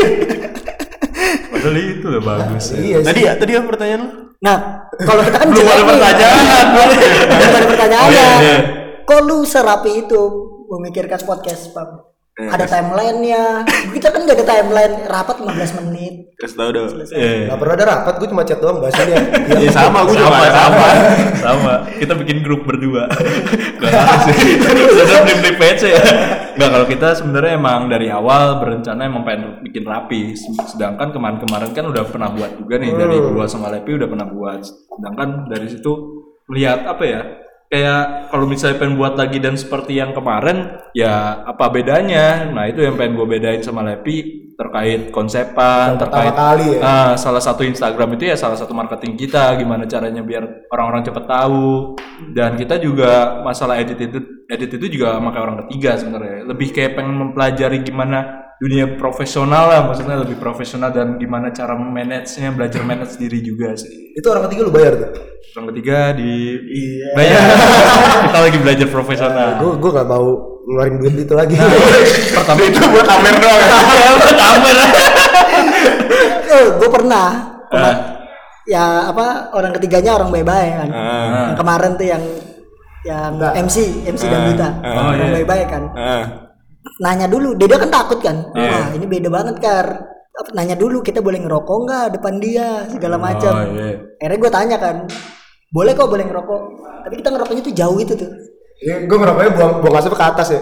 Padahal itu udah bagus. Ya. Iya sih. Tadi ya, tadi apa pertanyaan lu? Nah, kalau kita kan Belum jelek ada nih. pertanyaan. Belum ada pertanyaannya. Iya, iya. Kok lu serapi itu memikirkan podcast, Bang? Ada timelinenya. Kita kan gak ada timeline, rapat lima belas menit. Kasih tau dong. Iya. Nggak pernah ada rapat, gue cuma chat doang bahasanya. Iya sama, gue juga Sama, sama. sama, sama. Kita bikin grup berdua. Gak harus sih. Sudah beli P C ya. Nggak, kalau kita sebenarnya emang dari awal berencana emang pengen bikin rapi. Sedangkan kemarin-kemarin kan udah pernah buat juga nih, dari gua sama Lepi udah pernah buat. Sedangkan dari situ melihat apa ya? Kayak kalau misalnya pengen buat lagi dan seperti yang kemarin, ya apa bedanya? Nah itu yang pengen gue bedain sama Lepi. terkait konsepan, Yang terkait pertama kali ya. ah, salah satu Instagram itu ya salah satu marketing kita, gimana caranya biar orang-orang cepet tahu. Dan kita juga masalah edit itu edit itu juga sama kayak orang ketiga sebenarnya. Lebih kayak pengen mempelajari gimana dunia profesional lah, maksudnya lebih profesional dan gimana cara manage-nya, belajar manage diri juga sih. Itu orang ketiga lu bayar tuh? Orang ketiga di Iya. bayar. Kita lagi belajar profesional. Gue gue nggak mau ngeluarin duit itu lagi. Pertama itu buat amer doang. Buat amer. Eh, gue pernah. pernah ya apa orang ketiganya orang baik-baik kan. Ah. Yang kemarin tuh yang yang Enggak. M C M C dan Duta. Ah. orang iya. baik-baik kan. Ah. Nanya dulu, Deda kan takut kan. Iya. Wah, ini beda banget Kar. Apa, Nanya dulu kita boleh ngerokok nggak depan dia segala macam. Oh, iya. Akhirnya gue tanya kan, boleh kok boleh ngerokok. Tapi kita ngerokoknya tuh jauh itu tuh. Ya, gue ngerokoknya buang buang asap ke atas ya.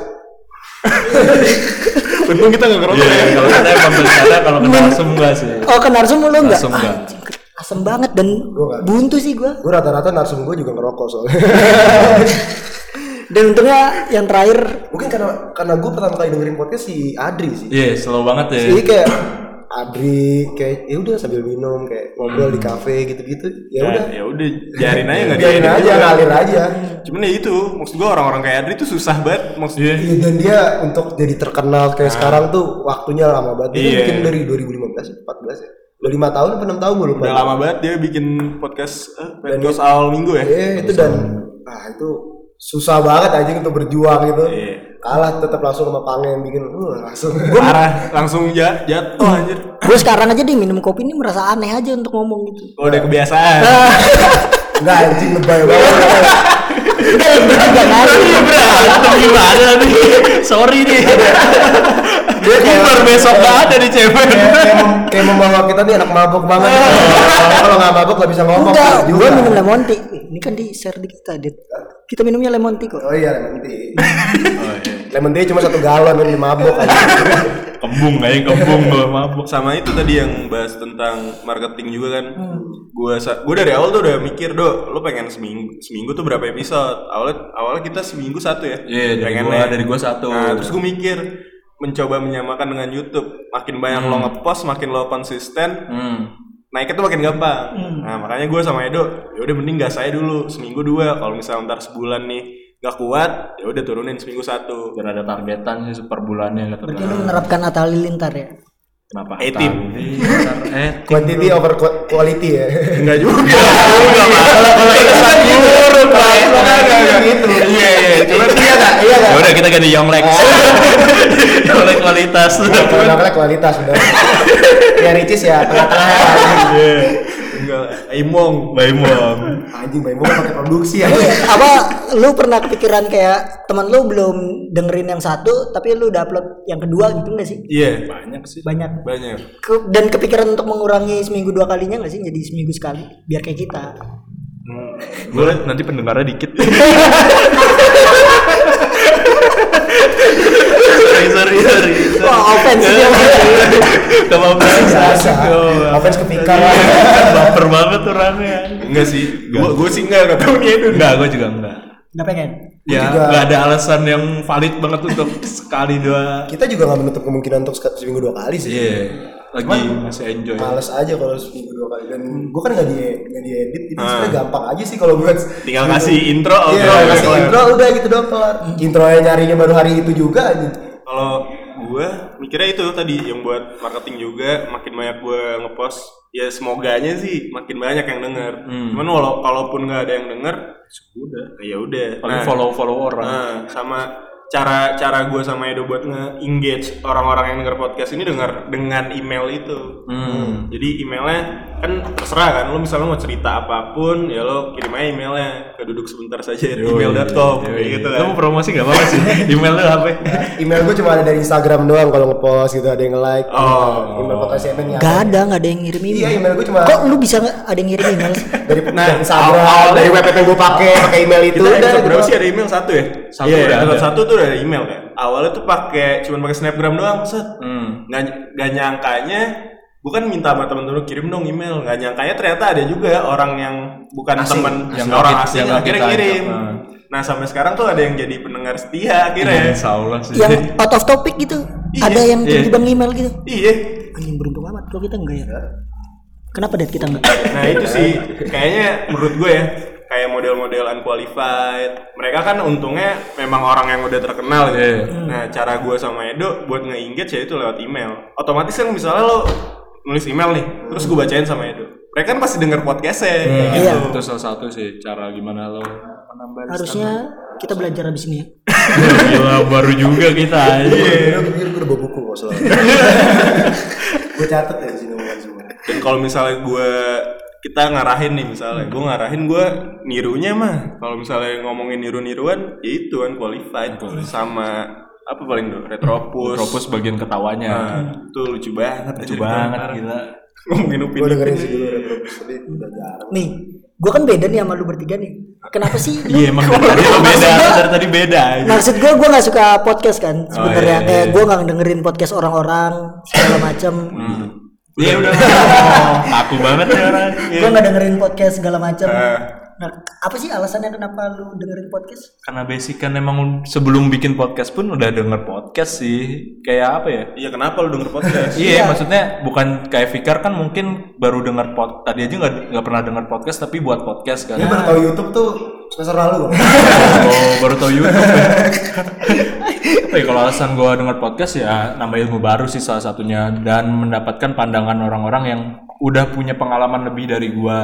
Untung kita nggak ngerokok Iya, ya. kalau kita emang berencana kalau kena asem enggak sih. Oh ke narsum lu nggak? Narsum nggak. Anjing, asem banget dan Gua nggak. buntu sih gue. Gue rata-rata narsum gue juga ngerokok soalnya. Dan untungnya yang terakhir Mungkin karena karena gue pertama kali dengerin podcast si Adri sih. Iya, slow banget ya. Jadi kayak Adri kayak ya udah sambil minum kayak ngobrol di kafe gitu-gitu. Ya udah. Ya udah, biarin aja nggak Biarin diedit aja, juga. ngalir aja. Cuman ya itu, maksud gua orang-orang kayak Adri tuh susah banget, maksudnya. Iya, dan dia untuk jadi terkenal kayak sekarang tuh waktunya lama banget. Dia kan Iya. bikin dari dua ribu lima belas, empat belas ya. Udah lima tahun apa enam tahun gue lupa. Udah lama banget dia bikin podcast eh, podcast awal minggu ya. Iya, itu dan ah itu susah banget aja untuk berjuang gitu. Iya. Kalah tetap langsung sama Pange bikin uh, langsung. Parah, langsung ja- jatuh anjir. gue sekarang aja di minum kopi ini merasa aneh aja untuk ngomong gitu. Oh, udah kebiasaan. Enggak anjing lebay banget. Enggak lebih juga kali. Berantem gimana nih? Sorry nih. Dia kayak Baru besok gak ada di cewek. kayak, kayak, mem- kayak membawa kita nih anak mabok banget. Kalau nggak mabok nggak bisa ngomong. Enggak, juga. gue minum lemon tea. Ini kan di share di kita, Dit. Kita minumnya lemon tea kok. Oh iya lemon tea. Oh, iya. Lemon tea cuma satu galon yang mabok aja. Kembung kayak kembung gua mabuk. Sama itu tadi yang bahas tentang marketing juga kan. Gua sa- gua dari awal tuh udah mikir, "Do, lu pengen seminggu seminggu tuh berapa episode?" Awalnya awalnya kita seminggu satu ya. Iya, dari Pengennya. gua dari gua satu. Nah, terus gua mikir mencoba menyamakan dengan YouTube. Makin banyak lo ngepost, makin lo konsisten, Hmm. naiknya tuh makin gampang. Nah, makanya gue sama Edo, ya udah mending gas saya dulu seminggu dua. Kalau misalnya ntar sebulan nih gak kuat, ya udah turunin seminggu satu. Biar ada targetan sih per bulannya kata Berarti lu menerapkan Atta Halilintar ya. Kenapa? Etim. Eh, Quantity over qu- quality ya. Enggak juga. kalau itu satu guru gitu. Iya, iya. Cuma Iya enggak? Iya enggak? Ya udah kita ganti Yonglex. Yonglex kualitas. Kalau kualitas udah. Ya Ricis ya tengah-tengah. enggak lah. Imong. Baimong. Anjing Baimo pakai produksi ya. Apa lu pernah kepikiran kayak teman lu belum dengerin yang satu tapi lu udah upload yang kedua gitu enggak sih? Iya, Banyak sih. Banyak. banyak. Ke- dan kepikiran untuk mengurangi seminggu dua kalinya nggak sih jadi seminggu sekali biar kayak kita. Gue nanti pendengarnya dikit. sorry, sorry, sorry. Wah, offense dia. Gak apa-apa. Biasa. Offense ke Pika lah. Baper banget orangnya. Enggak sih. Gua gua sih enggak, enggak tahu dia itu. Enggak, gue juga enggak. Nggak pengen. Ya, juga. nggak ada alasan yang valid banget untuk sekali dua. Kita juga nggak menutup kemungkinan untuk se- seminggu dua kali sih. Iya, lagi masih enjoy. Males aja kalau seminggu dua kali dan gue kan nggak di nggak diedit jadi sebenarnya gampang aja sih kalau buat Tinggal kasih intro, iya outro, kasih kelar. intro udah gitu dong kelar intronya nyarinya baru hari itu juga aja. Kalau gue mikirnya itu tadi yang buat marketing juga, makin banyak gue ngepost, ya semoganya sih makin banyak yang denger. Cuman walau kalaupun nggak ada yang denger, udah, ya udah. Paling follow-follow orang. Nah, sama cara cara gue sama Edo buat nge-engage orang-orang yang denger podcast ini denger dengan email itu. Hmm. Jadi emailnya kan terserah kan, lo misalnya mau cerita apapun ya lo kirim aja emailnya ke duduk sebentar saja at gmail dot com kayak gitu kan. Kamu promosi nggak apa-apa sih? Email lu apa? Email gue cuma ada dari Instagram doang kalau ngepost gitu ada yang nge-like. Oh. Email podcast M N ya. Nggak ada nggak ada yang ngirim email. Iya email gue cuma Kok lu bisa nggak ada yang ngirim email? dari Nah, dari Instagram awal- dari web yang gue pakai pakai email itu Kita udah episode gitu. berapa sih ada email satu ya? Satu Iya, udah episode ada. satu tuh udah ada email kan. Awalnya tuh pakai cuman pakai Snapgram doang, set. Hmm. Nggak, nggak nyangkanya bukan minta sama temen-temen kirim dong email, nggak nyangkanya ternyata ada juga orang yang bukan Asing. temen Yang orang nggak- asing yang nggak akhirnya kita kirim. ajak, nah. Nah sampai sekarang tuh ada yang jadi pendengar setia akhirnya. Insya Allah sih. Yang out of topic gitu. Iya. Ada yang Iya. tiba-tiba email gitu. Iya. Anjing beruntung amat kalau kita enggak ya. Kenapa Det kita enggak? Nah itu sih kayaknya menurut gue ya kayak model-model unqualified. Mereka kan untungnya memang orang yang udah terkenal gitu. Iya. Nah cara gue sama Edo buat nge-engage ya itu lewat email. Otomatis kan misalnya lo nulis email nih, terus gue bacain sama Edo. Mereka kan pasti denger podcastnya kayak Iya. gitu. Itu salah satu sih cara gimana lo menambah Harusnya kita belajar habis ini ya. Gila, baru juga kita. Iya, gue pikir gue udah bawa buku kok soalnya. Gue catet ya sini omongan semua. Dan kalau misalnya gue kita ngarahin nih misalnya, gue ngarahin gue nirunya mah. Kalau misalnya ngomongin niru-niruan, ya itu kan qualified sama apa paling do retropus. Retropus bagian ketawanya. Nah, itu lucu banget. Lucu anjir, banget parah. gila. Ngomongin upin Gue dengerin sih dulu Retropus tapi udah jarang. Nih, gua kan beda nih sama lu bertiga nih. Kenapa sih? lu- Iya emang dari tadi lo beda, dari tadi beda. Maksud gue, gue nggak suka podcast kan sebenarnya. iya, Kayak iya. gue nggak dengerin podcast orang-orang segala macam. Iya udah. Oh, aku banget ya orang. Gue nggak dengerin podcast segala macam. Eh. Nah, apa sih alasannya kenapa lu dengerin podcast? Karena basic kan emang sebelum bikin podcast pun udah denger podcast sih. Kayak apa ya? Iya kenapa lu denger podcast? Iya, maksudnya bukan kayak Fikar kan mungkin baru denger pod tadi aja nggak nggak pernah denger podcast tapi buat podcast kan. Ini baru tahu YouTube tuh semester lalu. Oh, baru tahu YouTube. Ya. Tapi kalau alasan gue denger podcast ya nambah ilmu baru sih salah satunya dan mendapatkan pandangan orang-orang yang udah punya pengalaman lebih dari gue.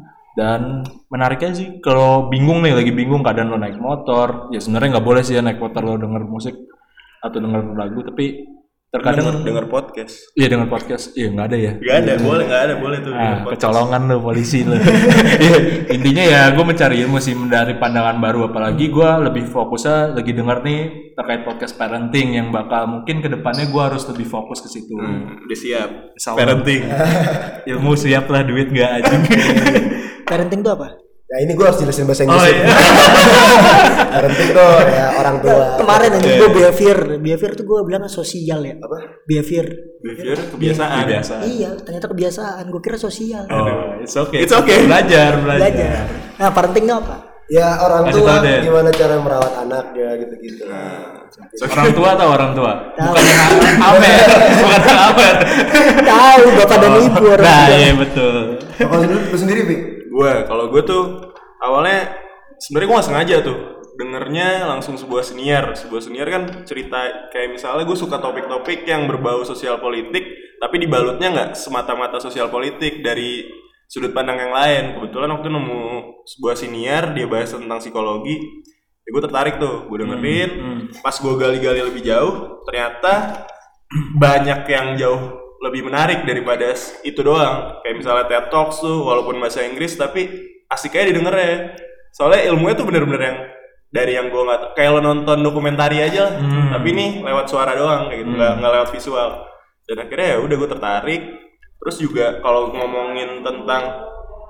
Dan menariknya sih kalau bingung nih lagi bingung keadaan lo naik motor, ya sebenarnya nggak boleh sih ya naik motor lo denger musik atau denger lagu, tapi terkadang denger, denger podcast. iya denger podcast, iya nggak ada ya. Gak ada, boleh gak ada, boleh tuh. denger Nah, podcast. kecolongan lo polisi lo. Iya, intinya ya gue mencari ilmu sih dari pandangan baru, apalagi gue lebih fokusnya lagi denger nih terkait podcast parenting yang bakal mungkin kedepannya gue harus lebih fokus ke situ. Hmm, udah siap. Insya Allah. Parenting. Ilmu siap lah, duit nggak aja. Parenting itu apa? Ya ini gue harus jelasin bahasa Inggris. Oh ya. iya. Parenting tuh ya orang tua. Kemarin aja gue behavior, behavior tuh gue bilang sosial ya. Apa? Behavior. Behavior kebiasaan. Biasa. Iya, ternyata kebiasaan. Gue kira sosial. Oh, it's okay. It's okay. Belajar, belajar. Belajar. Nah, parenting itu apa? Ya orang Kasih tua tau deh. gimana cara merawat anaknya gitu-gitu. Orang tua atau orang tua? Tahu. Bukan yang Amer, bukan yang Amer. Tahu bapak dan ibu orang Nah, tua. iya betul. Kalau lu, lu sendiri, Pi? Gue, kalau gue tuh awalnya sebenarnya gue gak sengaja tuh dengernya langsung sebuah senior. Sebuah senior kan cerita kayak misalnya gue suka topik-topik yang berbau sosial politik, tapi dibalutnya nggak semata-mata sosial politik dari sudut pandang yang lain. Kebetulan waktu nemu sebuah senior dia bahas tentang psikologi, ya gue tertarik tuh, gue dengerin. Pas gue gali-gali lebih jauh, ternyata banyak yang jauh lebih menarik daripada itu doang. Kayak misalnya TED Talks tuh, walaupun bahasa Inggris tapi asik aja didengernya. Soalnya ilmunya tuh bener-bener yang dari yang gue nggak kayak lo nonton dokumentari aja lah, tapi nih lewat suara doang kayak gitu, nggak nggak lewat visual. Dan akhirnya ya udah gue tertarik. Terus juga kalau ngomongin tentang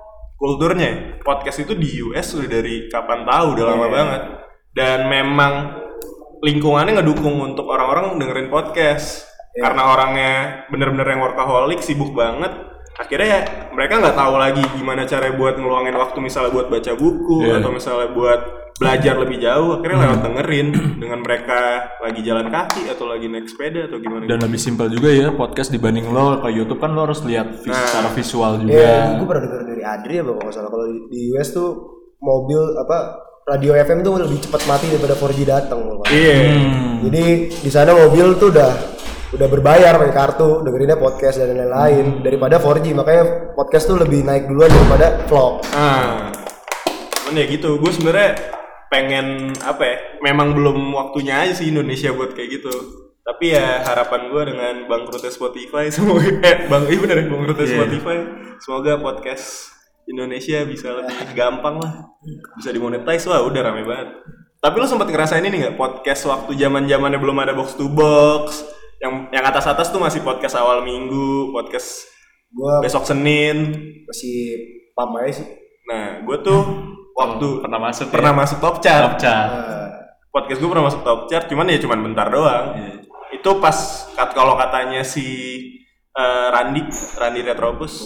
kulturnya, podcast itu di U S udah dari kapan tahu, udah lama banget. Dan memang lingkungannya ngedukung untuk orang-orang dengerin podcast. Karena orangnya bener-bener yang workaholic, sibuk banget. Akhirnya mereka nggak tahu lagi gimana cara buat ngeluangin waktu misalnya buat baca buku Yeah. atau misalnya buat belajar lebih jauh. Akhirnya lewat dengerin dengan mereka lagi jalan kaki atau lagi naik sepeda atau gimana. Dan lebih simpel juga ya podcast dibanding lo ke YouTube kan lo harus lihat vis- Nah. secara visual juga. Eh, gue pernah denger dari Adri ya, kalau nggak salah. Kalau di, di U S tuh mobil apa radio F M tuh lebih cepat mati daripada four G datang. Iya. Hmm. Jadi di sana mobil tuh udah udah berbayar pakai kartu, dengerinnya podcast dan lain-lain daripada four G. Makanya podcast tuh lebih naik duluan daripada vlog. Ah, cuman ya gitu. Gue sebenarnya pengen apa ya? Memang belum waktunya aja sih Indonesia buat kayak gitu. Tapi ya harapan gue dengan bangkrutnya Spotify, semoga eh, bang, iya bener ya, bangkrutnya Spotify, semoga podcast Indonesia bisa lebih gampang lah, bisa dimonetize. Wah udah rame banget. Tapi lo sempat ngerasain ini nggak podcast waktu zaman zamannya belum ada box to box, yang yang atas atas tuh masih podcast awal minggu, podcast Gue besok Senin. masih pam aja sih. Nah, gue tuh waktu pernah masuk pernah ya? masuk top chart. Top chart. Nah, Podcast gue pernah masuk top chart, cuman ya cuman bentar doang. Itu pas kat, kalau katanya si eh, Randi, Randi Retropus,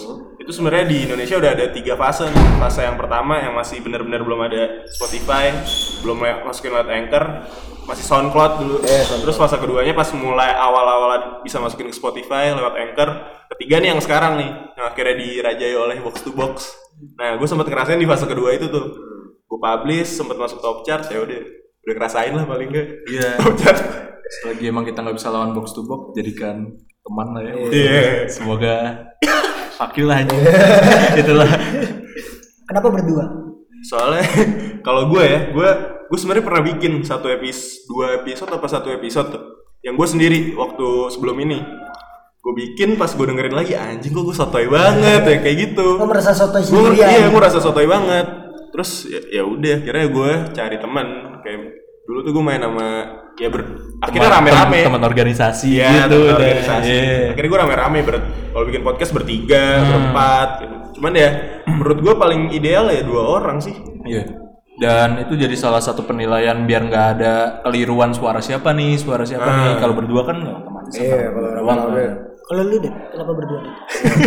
itu sebenarnya di Indonesia udah ada tiga fase nih. Fase yang pertama yang masih benar-benar belum ada Spotify, belum masukin lewat Anchor, masih SoundCloud dulu. Eh, SoundCloud. Terus fase keduanya pas mulai awal-awal bisa masukin ke Spotify lewat Anchor. Ketiga nih yang sekarang nih, yang akhirnya dirajai oleh Box to Box. Nah, gue sempat ngerasain di fase kedua itu tuh. Gue publish, sempat masuk top chart, ya udah, udah ngerasain lah paling nggak. Iya. Top chart. Selagi emang kita nggak bisa lawan Box to Box, jadikan teman lah ya. Iya. Yeah. Semoga fakir lah aja. Itulah. Kenapa berdua? Soalnya kalau gue ya, gue gue sebenarnya pernah bikin satu episode, dua episode apa satu episode tuh, yang gue sendiri waktu sebelum ini. Gue bikin pas gue dengerin lagi, anjing kok gue sotoy banget ya kayak gitu. Gue merasa sotoy Gue sendirian. iya, gue merasa sotoy banget. Terus ya, ya udah, akhirnya gue cari teman. Kayak dulu tuh gue main sama ya ber, akhirnya rame-rame. Teman organisasi ya, gitu. teman organisasi. Yeah. Akhirnya gue rame-rame ber, kalau bikin podcast bertiga, hmm. berempat gitu. Cuman ya menurut gue paling ideal ya dua orang sih. Iya. Yeah. Dan itu jadi salah satu penilaian biar nggak ada keliruan suara siapa nih, suara siapa hmm. nih. Kalau berdua kan ya otomatis. Iya, kalau rame-rame. Kalau lu deh, kenapa berdua deh?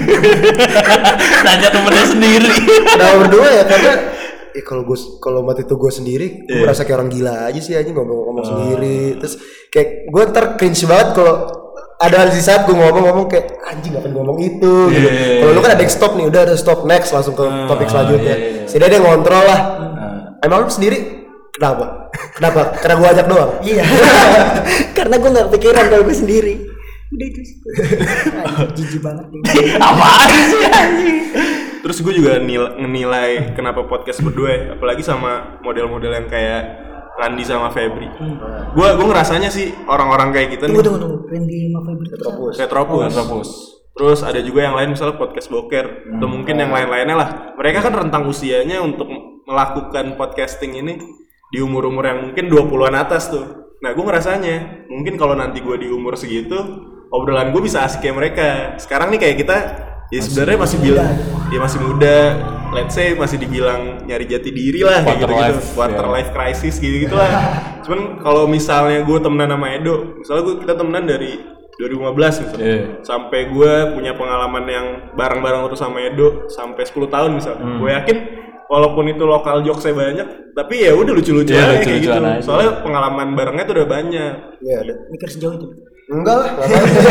Tanya temennya sendiri. Kenapa berdua ya karena eh kalau gue kalau waktu itu gue sendiri, gue yeah. merasa kayak orang gila aja sih aja ngomong-ngomong oh. sendiri. Terus kayak gue ntar cringe banget kalau ada di saat gue ngomong-ngomong kayak anjing ngapain ngomong itu yeah. gitu. Kalau lu kan ada stop nih, udah ada stop next langsung ke uh, topik selanjutnya. Yeah, yeah. Sini dia ngontrol lah. Uh. Emang lu sendiri kenapa? Kenapa? Karena gue ajak doang. Iya. Karena gue nggak kepikiran kalau gue sendiri. Udah itu sih. Jijik banget nih. Apaan sih anjing? Terus gue juga nil- ngenilai kenapa podcast berdua ya, apalagi sama model-model yang kayak Randy sama Febri. Hmm. Gue gue ngerasanya sih orang-orang kayak gitu tunggu, nih. Tunggu tunggu tunggu. Randy sama Febri. Retropus. Retropus. Retropus. Terus ada juga yang lain misalnya podcast boker hmm. atau mungkin oh. yang lain-lainnya lah. Mereka kan rentang usianya untuk melakukan podcasting ini di umur-umur yang mungkin dua puluhan atas tuh. Nah gue ngerasanya mungkin kalau nanti gue di umur segitu obrolan gue bisa asik kayak mereka. Sekarang nih kayak kita ya sebenarnya masih bilang ya masih muda, let's say masih dibilang nyari jati diri lah kayak gitu gitu, quarter yeah. life crisis gitu gitulah. Cuman kalau misalnya gue temenan sama Edo, misalnya gue kita temenan dari dua ribu lima belas misalnya, yeah. sampai gue punya pengalaman yang bareng-bareng terus sama Edo sampai sepuluh tahun misalnya, hmm. gue yakin walaupun itu lokal jokesnya banyak, tapi ya udah lucu-lucuan yeah, aja kayak gitu. Aja. Soalnya pengalaman barengnya tuh udah banyak. Iya, yeah, ada. Mikir sejauh itu. Enggak lah.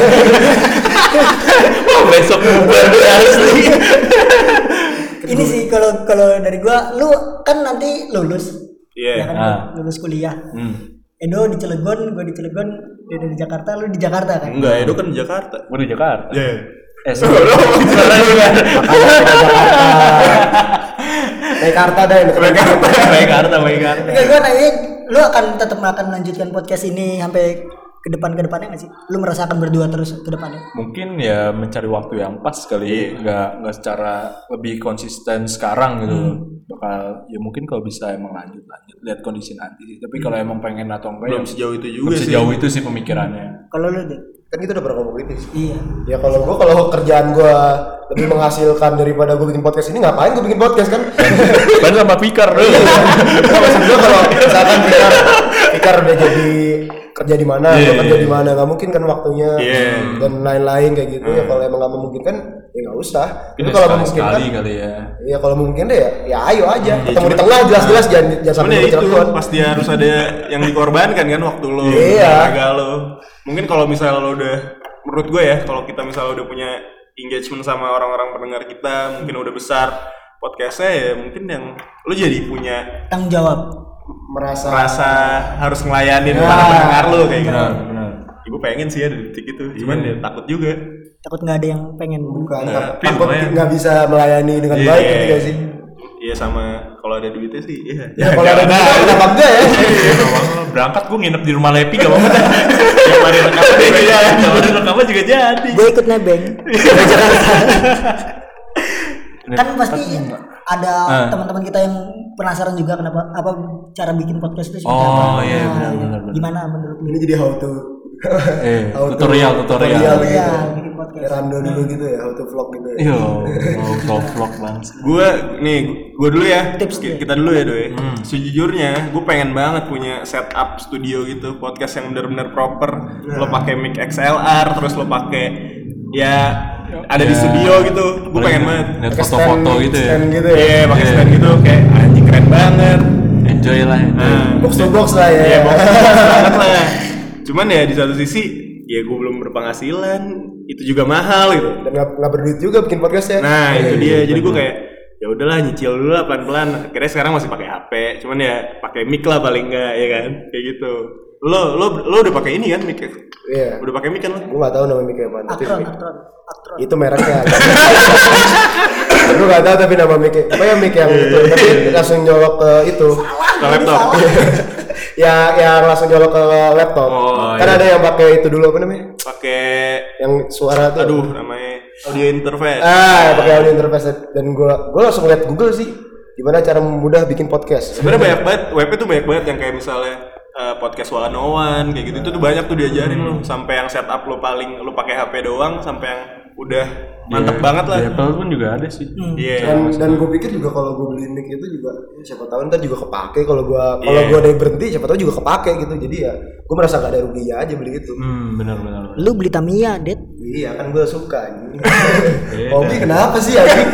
Oh, besok baru asli. Ini sih kalau kalau dari gua, lu kan nanti lulus. Iya. Yeah. Ya kan, ah. lulus kuliah. Hmm. Edo di Cilegon, gua di Cilegon, dia di Jakarta, lu di Jakarta kan? Enggak, Edo kan di Jakarta. Gua di Jakarta. Iya. Yeah. Eh, sorry. Jakarta deh, Jakarta, Jakarta, Jakarta. Oke, gua nanya, lu akan tetap akan melanjutkan podcast ini sampai ke depan ke depannya nggak sih? Lu merasakan berdua terus ke depannya? Mungkin ya mencari waktu yang pas kali, yeah. nggak nggak secara lebih konsisten sekarang gitu. Hmm. Bakal ya mungkin kalau bisa emang lanjut lanjut lihat kondisi nanti. Tapi kalau emang pengen atau enggak belum ya sejauh itu juga sih. Sejauh itu sih pemikirannya. Kalau lu deh? Kan kita udah pernah ngomong gitu sih. Iya. Ya kalau gua kalau kerjaan gua lebih menghasilkan daripada gua bikin podcast ini, ngapain gua bikin podcast kan? Kan sama Fikar dulu. Maksud gua kalau misalkan Fikar Fikar udah jadi kerja di mana, yeah, kerja di mana, nggak mungkin kan waktunya yeah. dan lain-lain kayak gitu. Hmm. Ya kalau emang nggak memungkinkan ya nggak usah. Tapi kalau memungkinkan kali ya. Ya kalau mungkin deh ya, ya ayo aja. Hmm, ketemu ya, di tengah jelas-jelas nah, jangan jangan sampai itu pasti harus ada yang dikorbankan kan waktu lo, yeah. tenaga lo. Mungkin kalau misalnya lo udah, menurut gue ya, kalau kita misalnya udah punya engagement sama orang-orang pendengar kita, mungkin udah besar podcastnya ya, mungkin yang lo jadi punya tanggung jawab. merasa merasa harus ngelayanin para ya, pendengar lo kayak gitu. Benar, benar. Ibu pengen sih ya di detik itu, cuman yeah. ya takut juga. Takut nggak ada yang pengen. Bukan, nah, takut nggak bisa melayani dengan yeah. baik gitu gak sih? Iya sama kalau ada duitnya sih, iya. Ya, kalau ada duitnya kenapa enggak ya? Berangkat gue nginep di rumah Lepi gak apa-apa. Yang mari rekaman juga jadi. Yang mari rekaman juga jadi. Gue ikut nebeng. Kan pasti ada uh. teman-teman kita yang penasaran juga kenapa apa cara bikin podcast itu seperti oh, apa. iya benar benar. Gimana menurut lu? Ini jadi how to eh, how tutorial to, tutorial, tutorial gitu. Ya, bikin podcast. Rando dulu gitu ya, how to vlog gitu ya. Yo, mau vlog banget. Gue nih, gue dulu ya. Tips kita dulu ya, Doi. Hmm. Sejujurnya, gue pengen banget punya setup studio gitu, podcast yang benar-benar proper. Nah. Lo pakai mic X L R, terus lo pakai ya ada di Iya. studio gitu. Gue pengen banget. Lihat Pakai foto-foto stand- gitu ya. stand gitu Iya, ya. pakai Iya. stand gitu kayak anjing keren banget. Enjoy lah, enjoy. Nah, Box to box lah ya. Iya, box to box banget lah. Cuman ya di satu sisi ya gue belum berpenghasilan, itu juga mahal gitu. Dan nggak nggak berduit juga bikin podcast ya. Nah, itu Iya, dia. Jadi gue bener. kayak ya udahlah nyicil dulu lah pelan-pelan. Akhirnya sekarang masih pakai H P. Cuman ya pakai mic lah paling enggak ya kan. Kayak gitu. Lo lo lo udah pakai ini kan mic? Iya. Udah pakai mic kan lo? Gue nggak tahu nama mic apa. Tapi Aktron, Aktron, Aktron. itu mereknya. Gue nggak tahu tapi nama mic. Apa ya mic yang itu? Tapi langsung nyolok ke itu. Ke laptop. ya yang langsung nyolok ke laptop. Oh, kan iya. ada yang pakai itu dulu apa namanya? Pakai Yang suara tuh. aduh namanya audio interface. Ah, pakai audio interface dan gue gue langsung lihat Google sih gimana cara mudah bikin podcast. Sebenarnya banyak banget, webnya tuh banyak banget yang kayak misalnya uh, podcast one oh one kayak gitu itu tuh banyak tuh diajarin lo sampai yang setup lo paling lo pakai H P doang sampai yang udah mantep Di- banget lah. Di Apple pun juga ada sih. Iya. Dan dan gue pikir juga kalau gue beli mic itu juga ya siapa tahu ntar juga kepake kalau gue kalau Iya. gue ada yang berhenti siapa tahu juga kepake gitu jadi ya gue merasa gak ada ruginya aja beli itu. Hmm, benar-benar. Lu beli Tamiya, Det. Iya kan gue suka anjing. Beda. Hobi kenapa sih anjing?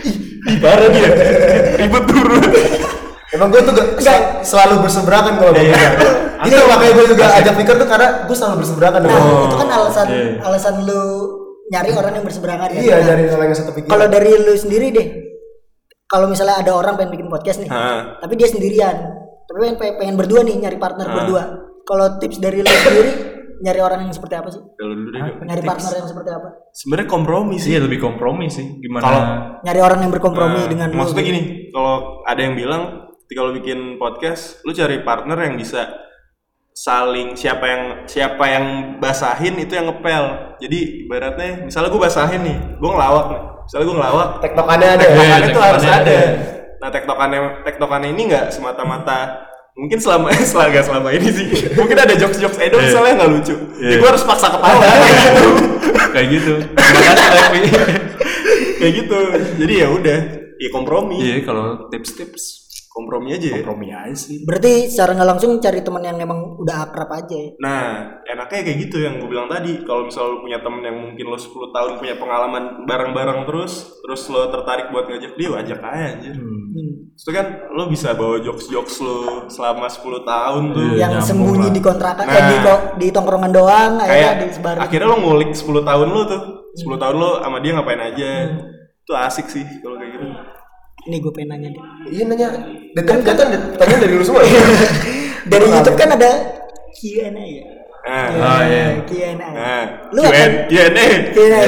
Parah dia. Ribet turun. Emang gue tuh gak, sel- selalu berseberangan kalau Iya, ngomong. iya. Itu makanya gue juga ajak pikir tuh karena gue selalu berseberangan Nah, dengan itu kan alasan iya. alasan lu nyari orang yang berseberangan ya. Iya Nah, dari orang yang satu pikiran. kalau dari lu sendiri deh. Kalau misalnya ada orang pengen bikin podcast nih, Ha. tapi dia sendirian. Tapi pengen, pengen berdua nih, nyari partner Ah. berdua. Kalau tips dari lu sendiri, nyari orang yang seperti apa sih? Kalau dulu deh. Nyari partner yang seperti apa? Sebenarnya kompromi sih. Iya, lebih kompromi sih. Gimana? Kalau- Nyari orang yang berkompromi Nah, dengan lu. maksudnya gini, kalau ada yang bilang ketika lo bikin podcast, lu cari partner yang bisa saling siapa yang siapa yang basahin itu yang ngepel. Jadi ibaratnya, misalnya gue basahin nih, gue ngelawak nih. Misalnya gue ngelawak, tektokannya ada. Iya, tektokannya itu harus tektokannya ada. ada. Nah tektokannya tektokannya ini nggak semata-mata mungkin selama selama gak selama ini sih mungkin ada jokes jokes Edo Iya. misalnya nggak lucu, jadi Iya. gue harus paksa ketawa gitu. Kayak gitu. Terima kasih tapi. Kayak gitu. Jadi ya udah, ya kompromi. Iya, kalau tips-tips Kompromi aja ya. kompromi aja sih. Berarti secara nggak langsung cari teman yang emang udah akrab aja ya. Nah, enaknya kayak gitu yang gue bilang tadi. Kalau misal lu punya temen yang mungkin lo sepuluh tahun punya pengalaman bareng-bareng terus, terus lo tertarik buat ngajak dia, ajak aja anjir. Hmm. Terus kan lo bisa bawa jokes-jokes lo selama sepuluh tahun tuh. Iya, yang nyambung sembunyi lah. di kontrakan, Nah. eh, di, ko- di tongkrongan doang, Kayak akhirnya disebarin. akhirnya lo ngulik sepuluh tahun lo tuh. sepuluh tahun lo sama dia ngapain aja. Itu asik sih kalau kayak gitu. Ini gue pengen nanya deh. Iya nanya. Dan kan kan pertanyaan dari lu semua. ya? Dari YouTube kan ada Q and A ya. Nah, Oh iya. Q and A. nah, Lu Q akan and A. Q and A.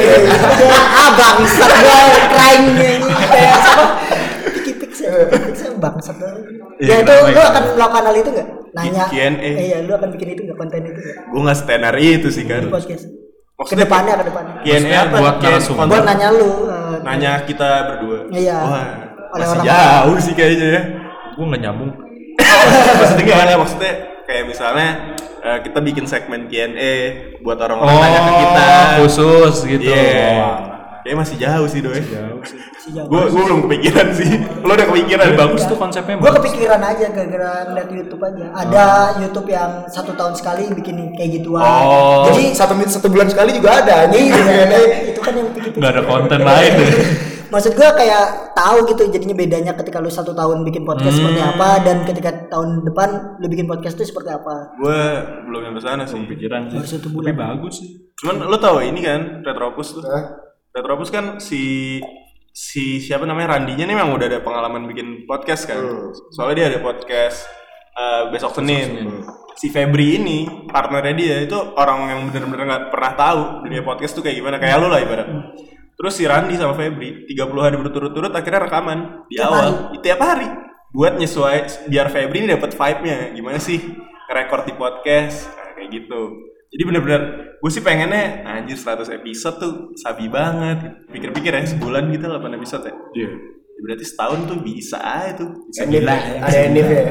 Ah bangsat gue crying ini kayak siapa? Piki Pixel, Pixel bangsat banget. Iya, Ya itu kenapa, lu kenapa? akan melakukan hal itu nggak? Nanya. Q and A. Iya, lu akan bikin itu nggak konten itu nggak? Gue nggak setenar itu sih kan. Di podcast. Maksudnya Kedepannya, kedepannya. Q and A apa? Buat Q and A narasumber. konten- Buat nanya lu. eh, nanya kita berdua. Iya. Wah, Oleh masih orang- jauh sih kayaknya ya. Gue nggak nyambung. Maksudnya gimana? Maksudnya kayak misalnya eh, kita bikin segmen Q and A buat orang-orang tanya ke kita. khusus gitu. Iya. Wah. Kayaknya masih jauh sih doi. Jauh sih. si jauh. Gue gue belum kepikiran sih. Lo udah kepikiran? Tapi bagus tuh konsepnya. Gue kepikiran aja gara-gara ngeliat YouTube aja. Ada YouTube yang satu tahun sekali bikin kayak gituan. Oh. Jadi Satu menit satu bulan sekali juga ada anjing. iya, itu kan yang pikir Nggak ada konten lain deh. Maksud gue kayak tahu gitu jadinya bedanya ketika lu satu tahun bikin podcast Hmm. seperti apa dan ketika tahun depan lu bikin podcast itu seperti apa. Gue belum nyampe sana sih. Pikiran sih. Baru satu Tapi bulan. bagus sih. Cuman lo tau ini kan Retropus tuh. Hah? Retropus kan si si siapa namanya Randinya nih memang udah ada pengalaman bikin podcast kan. Hmm. Soalnya dia ada podcast eh, besok Senin. Si Febri ini partnernya dia itu orang yang bener-bener nggak pernah tahu dunia podcast tuh kayak gimana, kayak lo lah ibarat. Terus si Randi sama Febri tiga puluh hari berturut-turut akhirnya rekaman di Tiap awal tiap hari buat nyesuai biar Febri ini dapat vibe-nya gimana sih nge-record di podcast nah, kayak gitu. Jadi bener-bener gue sih pengennya anjir seratus episode tuh sabi banget. Pikir-pikir ya sebulan gitu delapan episode ya. Iya. Ya berarti setahun tuh bisa aja tuh. Bisa Enif, gila. ada enif ya.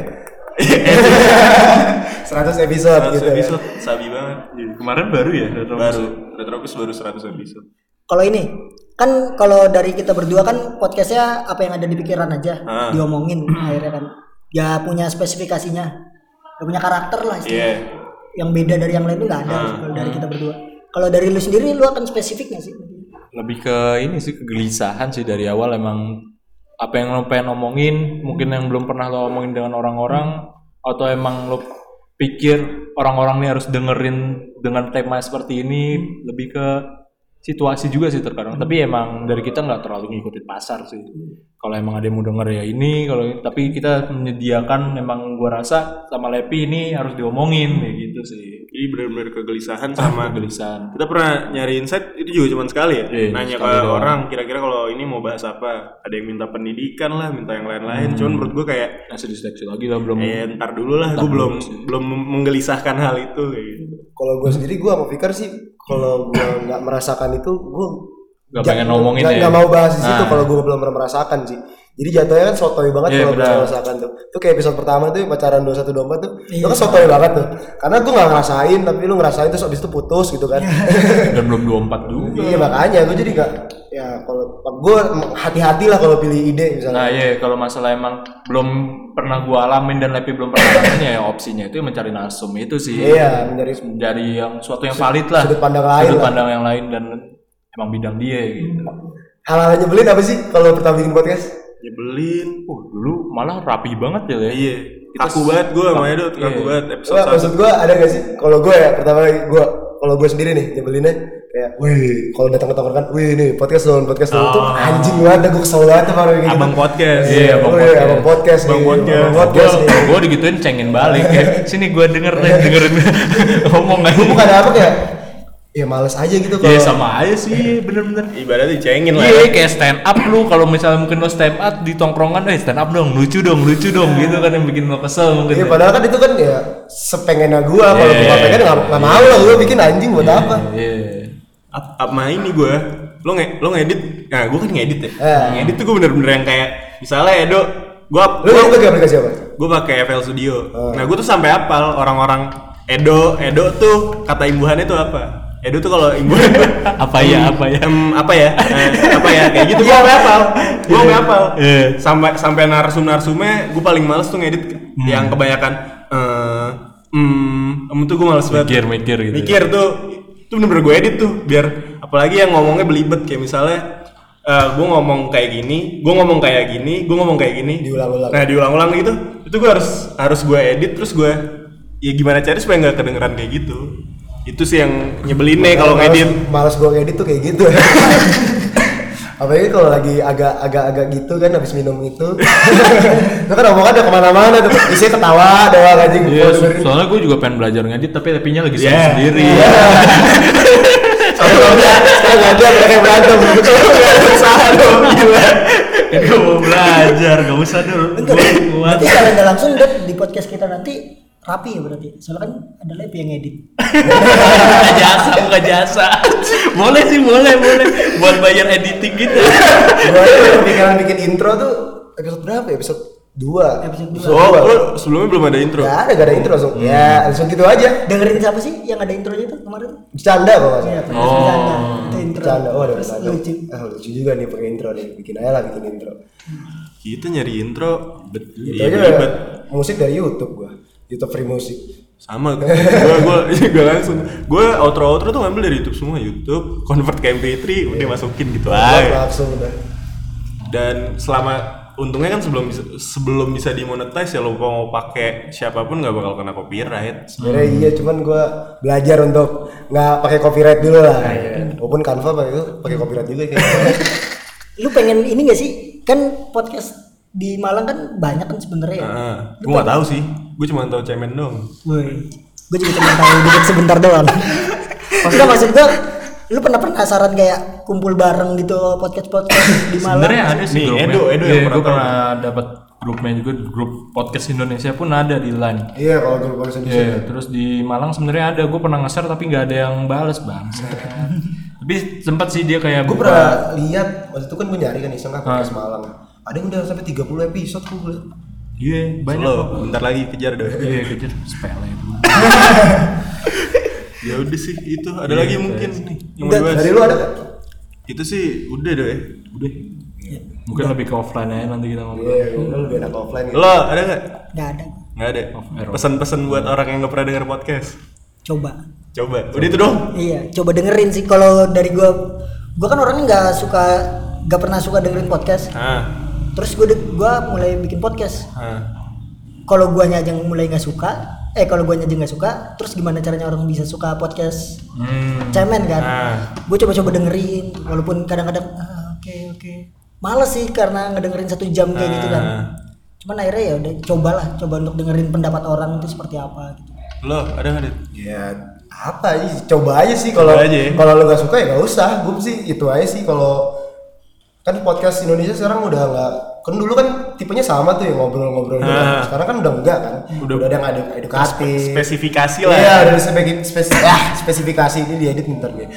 seratus episode seratus gitu. episode Ya. sabi banget. Iya. Kemarin baru ya. Retropus? Baru Retropus baru seratus episode. Kalau ini kan kalau dari kita berdua kan podcastnya apa yang ada di pikiran aja Ah. diomongin akhirnya kan. Ya punya spesifikasinya, gak punya karakter lah Iya. istilahnya. Yang beda dari yang lain itu nggak ada Ah. kalau dari kita berdua. Kalau dari lu sendiri lu akan spesifik nggak sih? lebih ke ini sih kegelisahan sih dari awal emang apa yang lo pengen omongin mungkin yang belum pernah lo omongin dengan orang-orang atau emang lo pikir orang-orang ini harus dengerin dengan tema seperti ini lebih ke situasi juga sih terkadang tapi emang dari kita nggak terlalu ngikutin pasar sih kalau emang ada yang mau denger ya ini kalau tapi kita menyediakan emang gua rasa sama Lepi ini harus diomongin kayak gitu sih Jadi benar-benar kegelisahan sama kegelisahan kita pernah nyari insight itu juga cuma sekali ya. Iya, Nanya ke sekali doang. orang kira-kira kalau ini mau bahas apa. Ada yang minta pendidikan lah, minta yang lain-lain. Cuman menurut gue kayak masih diseleksi lagi lah belum eh ntar dulu lah, gue belum belum menggelisahkan hal itu kayak gitu. Kalau gue sendiri gue sama Fikar sih kalau gue nggak merasakan itu gue Gak pengen ngomongin gak, ya? Gak mau bahas di situ Nah. kalau gue belum pernah merasakan sih. Jadi jatuhnya kan sotoy banget Iya, kalau belum benar. merasakan tuh. Itu kayak episode pertama tuh pacaran dua puluh satu dua puluh empat tuh. Iya. Itu kan sotoy banget tuh. Karena gue gak ngerasain tapi lu ngerasain terus abis itu putus gitu kan. dan belum dua puluh empat juga. Iya makanya gue jadi gak ya kalau gue hati-hati lah kalau pilih ide misalnya. Nah iya kalau masalah emang belum pernah gua alamin dan Lepi belum pernah alamin ya opsinya itu mencari narsum itu sih. Iya mencari Mencari yang suatu yang valid lah. sudut pandang lain Sudut lah. pandang yang lain dan emang bidang dia gitu. Hal-hal yang nyebelin apa sih kalau pertama bikin podcast? Nyebelin. Uh dulu malah rapi banget ya Le. Iya. Kaku banget gue sama Edo, kaku Iya. banget episode Wah, satu. maksud gue ada gak sih? Kalau gue ya pertama kali gue kalau gue sendiri nih nyebelinnya kayak, wih kalau datang ke tongkrongan, wih nih podcast dong, podcast dong tuh anjing banget, gue kesel banget sama kayak gitu. Abang podcast. Iya, abang Wih, podcast. abang podcast, Abang nih, podcast. abang podcast. nih. Gue gue digituin cengin balik ya. Sini gue denger deh dengerin ngomong aja. Gue bukan apa kayak, ya males aja gitu kalau. Iya sama aja sih bener-bener. Ibaratnya dicengin lah. Iya kayak stand up lu kalau misalnya mungkin lo stand up di tongkrongan eh stand up dong lucu dong lucu dong gitu kan yang bikin lo kesel mungkin. Iya padahal kan itu kan ya sepengennya gue, kalau Iya, gue gak pengen gak, gak mau lah gue bikin anjing buat apa. Iya. Up, up main nih gue. Lo nge lo ngedit. Nah, gue kan ngedit ya. Eh. Ngedit tuh gue bener-bener yang kayak misalnya Edo, gue Lu itu pakai aplikasi apa? gue pakai F L Studio. Nah, gue tuh sampai hafal orang-orang Edo, Edo tuh kata imbuhannya tuh apa? Edo tuh kalau imbuhan tuh Apa ya apa ya? em, apa ya? Eh, apa ya? Kayak gitu gue sampai hafal. Gue sampai hafal. Iya. Sampai sampai narsum-narsumnya gue paling males tuh ngedit yang kebanyakan eh hmm, em tuh gue males banget. Mikir-mikir gitu. Mikir tuh itu bener-bener gue edit tuh biar apalagi yang ngomongnya belibet kayak misalnya eh gue ngomong kayak gini, gue ngomong kayak gini, gue ngomong kayak gini, Diulang-ulang. Nah diulang-ulang gitu, itu gue harus harus gue edit terus gue ya gimana caranya supaya nggak kedengeran kayak gitu. Itu sih yang nyebelin nih kalau Males- ngedit. Males gue ngedit tuh kayak gitu. Apalagi kalau lagi agak-agak-agak gitu kan habis minum itu. Itu kan omongan udah kemana-mana tuh. Isinya ketawa doang anjing. Iya, Gua dengerin. soalnya gue juga pengen belajar ngedit tapi Lepinya lagi Yeah. yeah. sendiri. Sekarang aja mereka yang berantem. Usaha dong gila. Kan gue mau belajar, gak usah dulu. Bentar, berarti secara nggak langsung Dep, di podcast kita nanti rapi ya berarti. Soalnya kan ada Lepi yang edit. Bukan jasa, bukan jasa. Boleh sih, boleh, boleh. Buat bayar editing gitu. Gua aja kepikiran bikin intro tuh episode berapa ya? Episode dua. Episode dua. Oh, lo sebelumnya belum ada intro. Gak ada, gak ada intro langsung. Ya, langsung gitu aja. Dengerin siapa sih yang ada intronya tuh kemarin? Bercanda kok nggak Iya, salah. podcast Oh. bercanda. Itu intro. Bercanda. Oh, ada Terus bercanda. lucu. Ah, lucu juga nih pakai intro nih. Bikin aja lah bikin intro. Kita nyari intro, Itu iya aja belibet. musik dari YouTube gua. YouTube free musik. Sama gue, gue, gue langsung, gue outro outro tuh ngambil dari YouTube semua, YouTube, convert ke M P tiga, udah masukin gitu Gua aja. langsung udah. Dan selama untungnya kan sebelum bisa, sebelum bisa dimonetize ya lo mau pakai siapapun nggak bakal kena copyright. Sebenarnya iya, cuman gua belajar untuk nggak pakai copyright dulu lah. Walaupun Canva pakai itu pakai copyright juga kayaknya. Lu pengen ini gak sih? Kan podcast di Malang kan banyak kan sebenarnya ya. Nah, gue nggak tahu sih, gue cuma tahu cemen dong. Woi, gue juga cuma tahu dikit sebentar doang. Maksudnya maksud gue, lu pernah penasaran kayak kumpul bareng gitu podcast podcast di Malang? Sebenarnya ada sih Nih, grupnya. Edo, Edo Iya, yang pernah gue tahu. pernah dapat grupnya juga, grup podcast Indonesia pun ada di Line. Iya, kalau grup podcast di Iya, terus di Malang sebenarnya ada, gue pernah nge-share tapi nggak ada yang bales bang. Tapi sempat sih dia kayak Gue buka- pernah lihat waktu itu kan gue nyari kan iseng ah podcast Malang. Ada yang udah sampai tiga puluh episode gue liat. Iya, banyak. Lo, bentar lagi kejar dong. Iya, kejar sepele itu. Ya udah sih itu, ada lagi mungkin nih yang mau Udah, dibahas. dari lu ada nggak? Itu sih udah deh. Udah. Mungkin lebih ke offline aja nanti kita ngobrol. Iya, lu lebih enak offline gitu. Lo ada nggak? Gak ada. Nggak ada. air. Pesan-pesan buat orang yang nggak pernah denger podcast. Coba. Coba. Udah itu dong. Iya, coba dengerin sih kalau dari gue Gue kan orangnya nggak suka, nggak pernah suka dengerin podcast. Ah. Terus gue gue mulai bikin podcast. Ah. Kalau guanya aja mulai nggak suka, eh kalau guanya aja nggak suka, terus gimana caranya orang bisa suka podcast Hmm. cemen kan? Ah. Gue coba-coba dengerin, walaupun kadang-kadang ah, oke okay, oke, okay. males sih karena ngedengerin satu jam kayak gitu kan. Ah. Cuman akhirnya ya udah cobalah, coba untuk dengerin pendapat orang itu seperti apa gitu. Lo ada nggak Dit? Ya apa sih, coba aja sih kalau Coba aja ya. kalau lo gak suka ya gak usah. Gue sih itu aja sih. Kalau kan podcast Indonesia sekarang udah nggak, kan dulu kan tipenya sama tuh ya, ngobrol-ngobrol gitu kan. Ah. Sekarang kan udah enggak kan, Udah- udah, ada yang ada edukatif, Spesifikasi lah. iya ada spesifik spes ah, spesifikasi ini diedit bentar gue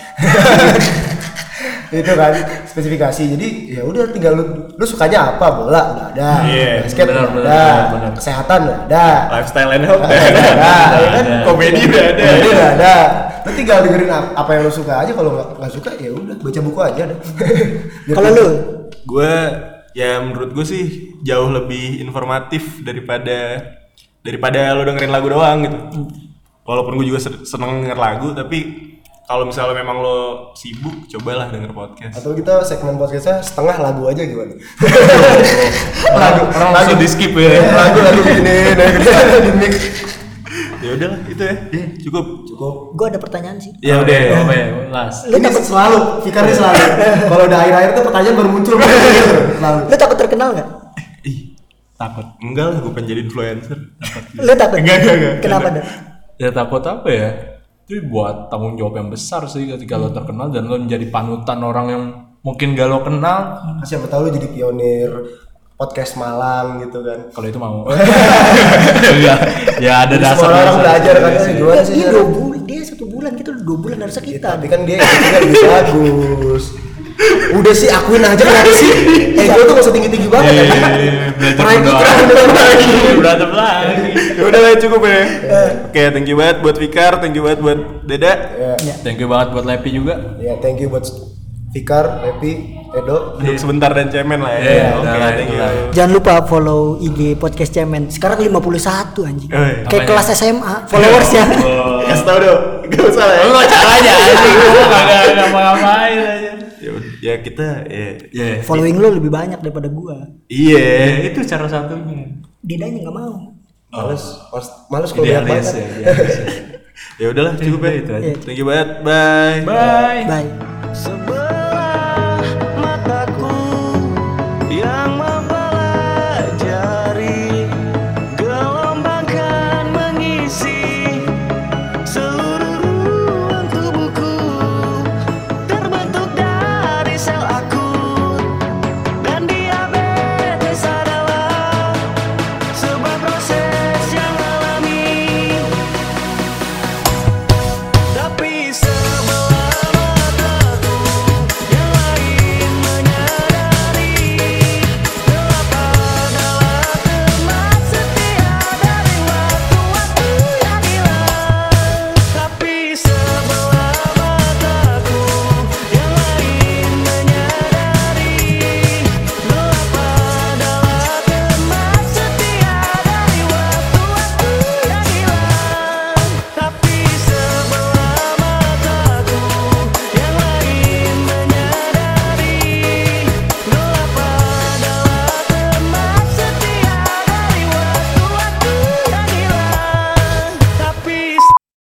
itu kan spesifikasi. Jadi ya udah tinggal lu, lu sukanya apa, bola udah ada, Iya, basket benar, udah benar, ada, benar, benar. kesehatan udah ada, Lifestyle and health udah udah ada. ada, ya kan? Ada. Komedi udah ada. Komedi udah ada. Lu tinggal dengerin ap- apa yang lu suka aja. Kalau nggak nggak suka ya udah baca buku aja deh. Kalau lu, Gue ya menurut gue sih jauh lebih informatif daripada daripada lo dengerin lagu doang gitu. Walaupun gue juga se- seneng denger lagu, tapi kalau misalnya memang lo sibuk, cobalah denger podcast. Atau kita segmen podcastnya setengah lagu aja gimana? Orang, orang langsung di skip ya. Lagu-lagu gini, nah, di mix. Ya udahlah itu ya, cukup. Cukup. gue ada pertanyaan sih. Ya udah. Apa ya? Last. Lu Ini takut, selalu, Fikar ini selalu. Kalau udah akhir-akhir tuh pertanyaan baru muncul. Selalu. lu takut terkenal nggak? Ih, takut. Enggak lah, gue pengen jadi influencer. Takut. Lu takut? Enggak, enggak, enggak. Kenapa Dan? Ya takut apa ya? Itu buat tanggung jawab yang besar sih ketika lo terkenal dan lo menjadi panutan orang yang mungkin gak lo kenal. Siapa tahu lu jadi pionir podcast Malang gitu kan. Kalau itu mau. ya, ya ada Jadi dasar. semua orang belajar kan sih. gimana Ya, sih? dia Jar? dua bulan, dia satu bulan kita udah dua bulan harusnya Ya, kita. tapi kan dia editingnya lebih bagus. Udah sih akuin aja kenapa sih? Eh gue tuh gak usah tinggi-tinggi banget Iya, ya. iya, iya, belajar Pernah ikut berdoa. kan beneran lagi. Berantem lagi. Ya udah lah, cukup ya. Oke, thank you banget buat Fikar, thank you banget buat Deda. Ya, Thank you banget buat Lepi juga. ya thank you buat Fikar, Epi, Edo. Duduk sebentar dan cemen lah ya. Iya, Oke, udah lah, thank you. udah. Jangan lupa follow I G podcast Cemen. Sekarang lima puluh satu anjing. Eh, Kayak apanya? kelas S M A followersnya. Kasih tau dong, gak usah lah ya. Lo caranya anjing, lo kagak ngapa-ngapain aja. Ya, udah, ya kita ya. Ya, Following lu lebih banyak daripada gua. Iya. itu cara satunya. Dedanya nggak mau. Males, males, males kalau banyak Idealis banget. ya, idealis ya. Ya udahlah, cukup ya. Itu aja. Thank you banget. Bye. Bye. Bye.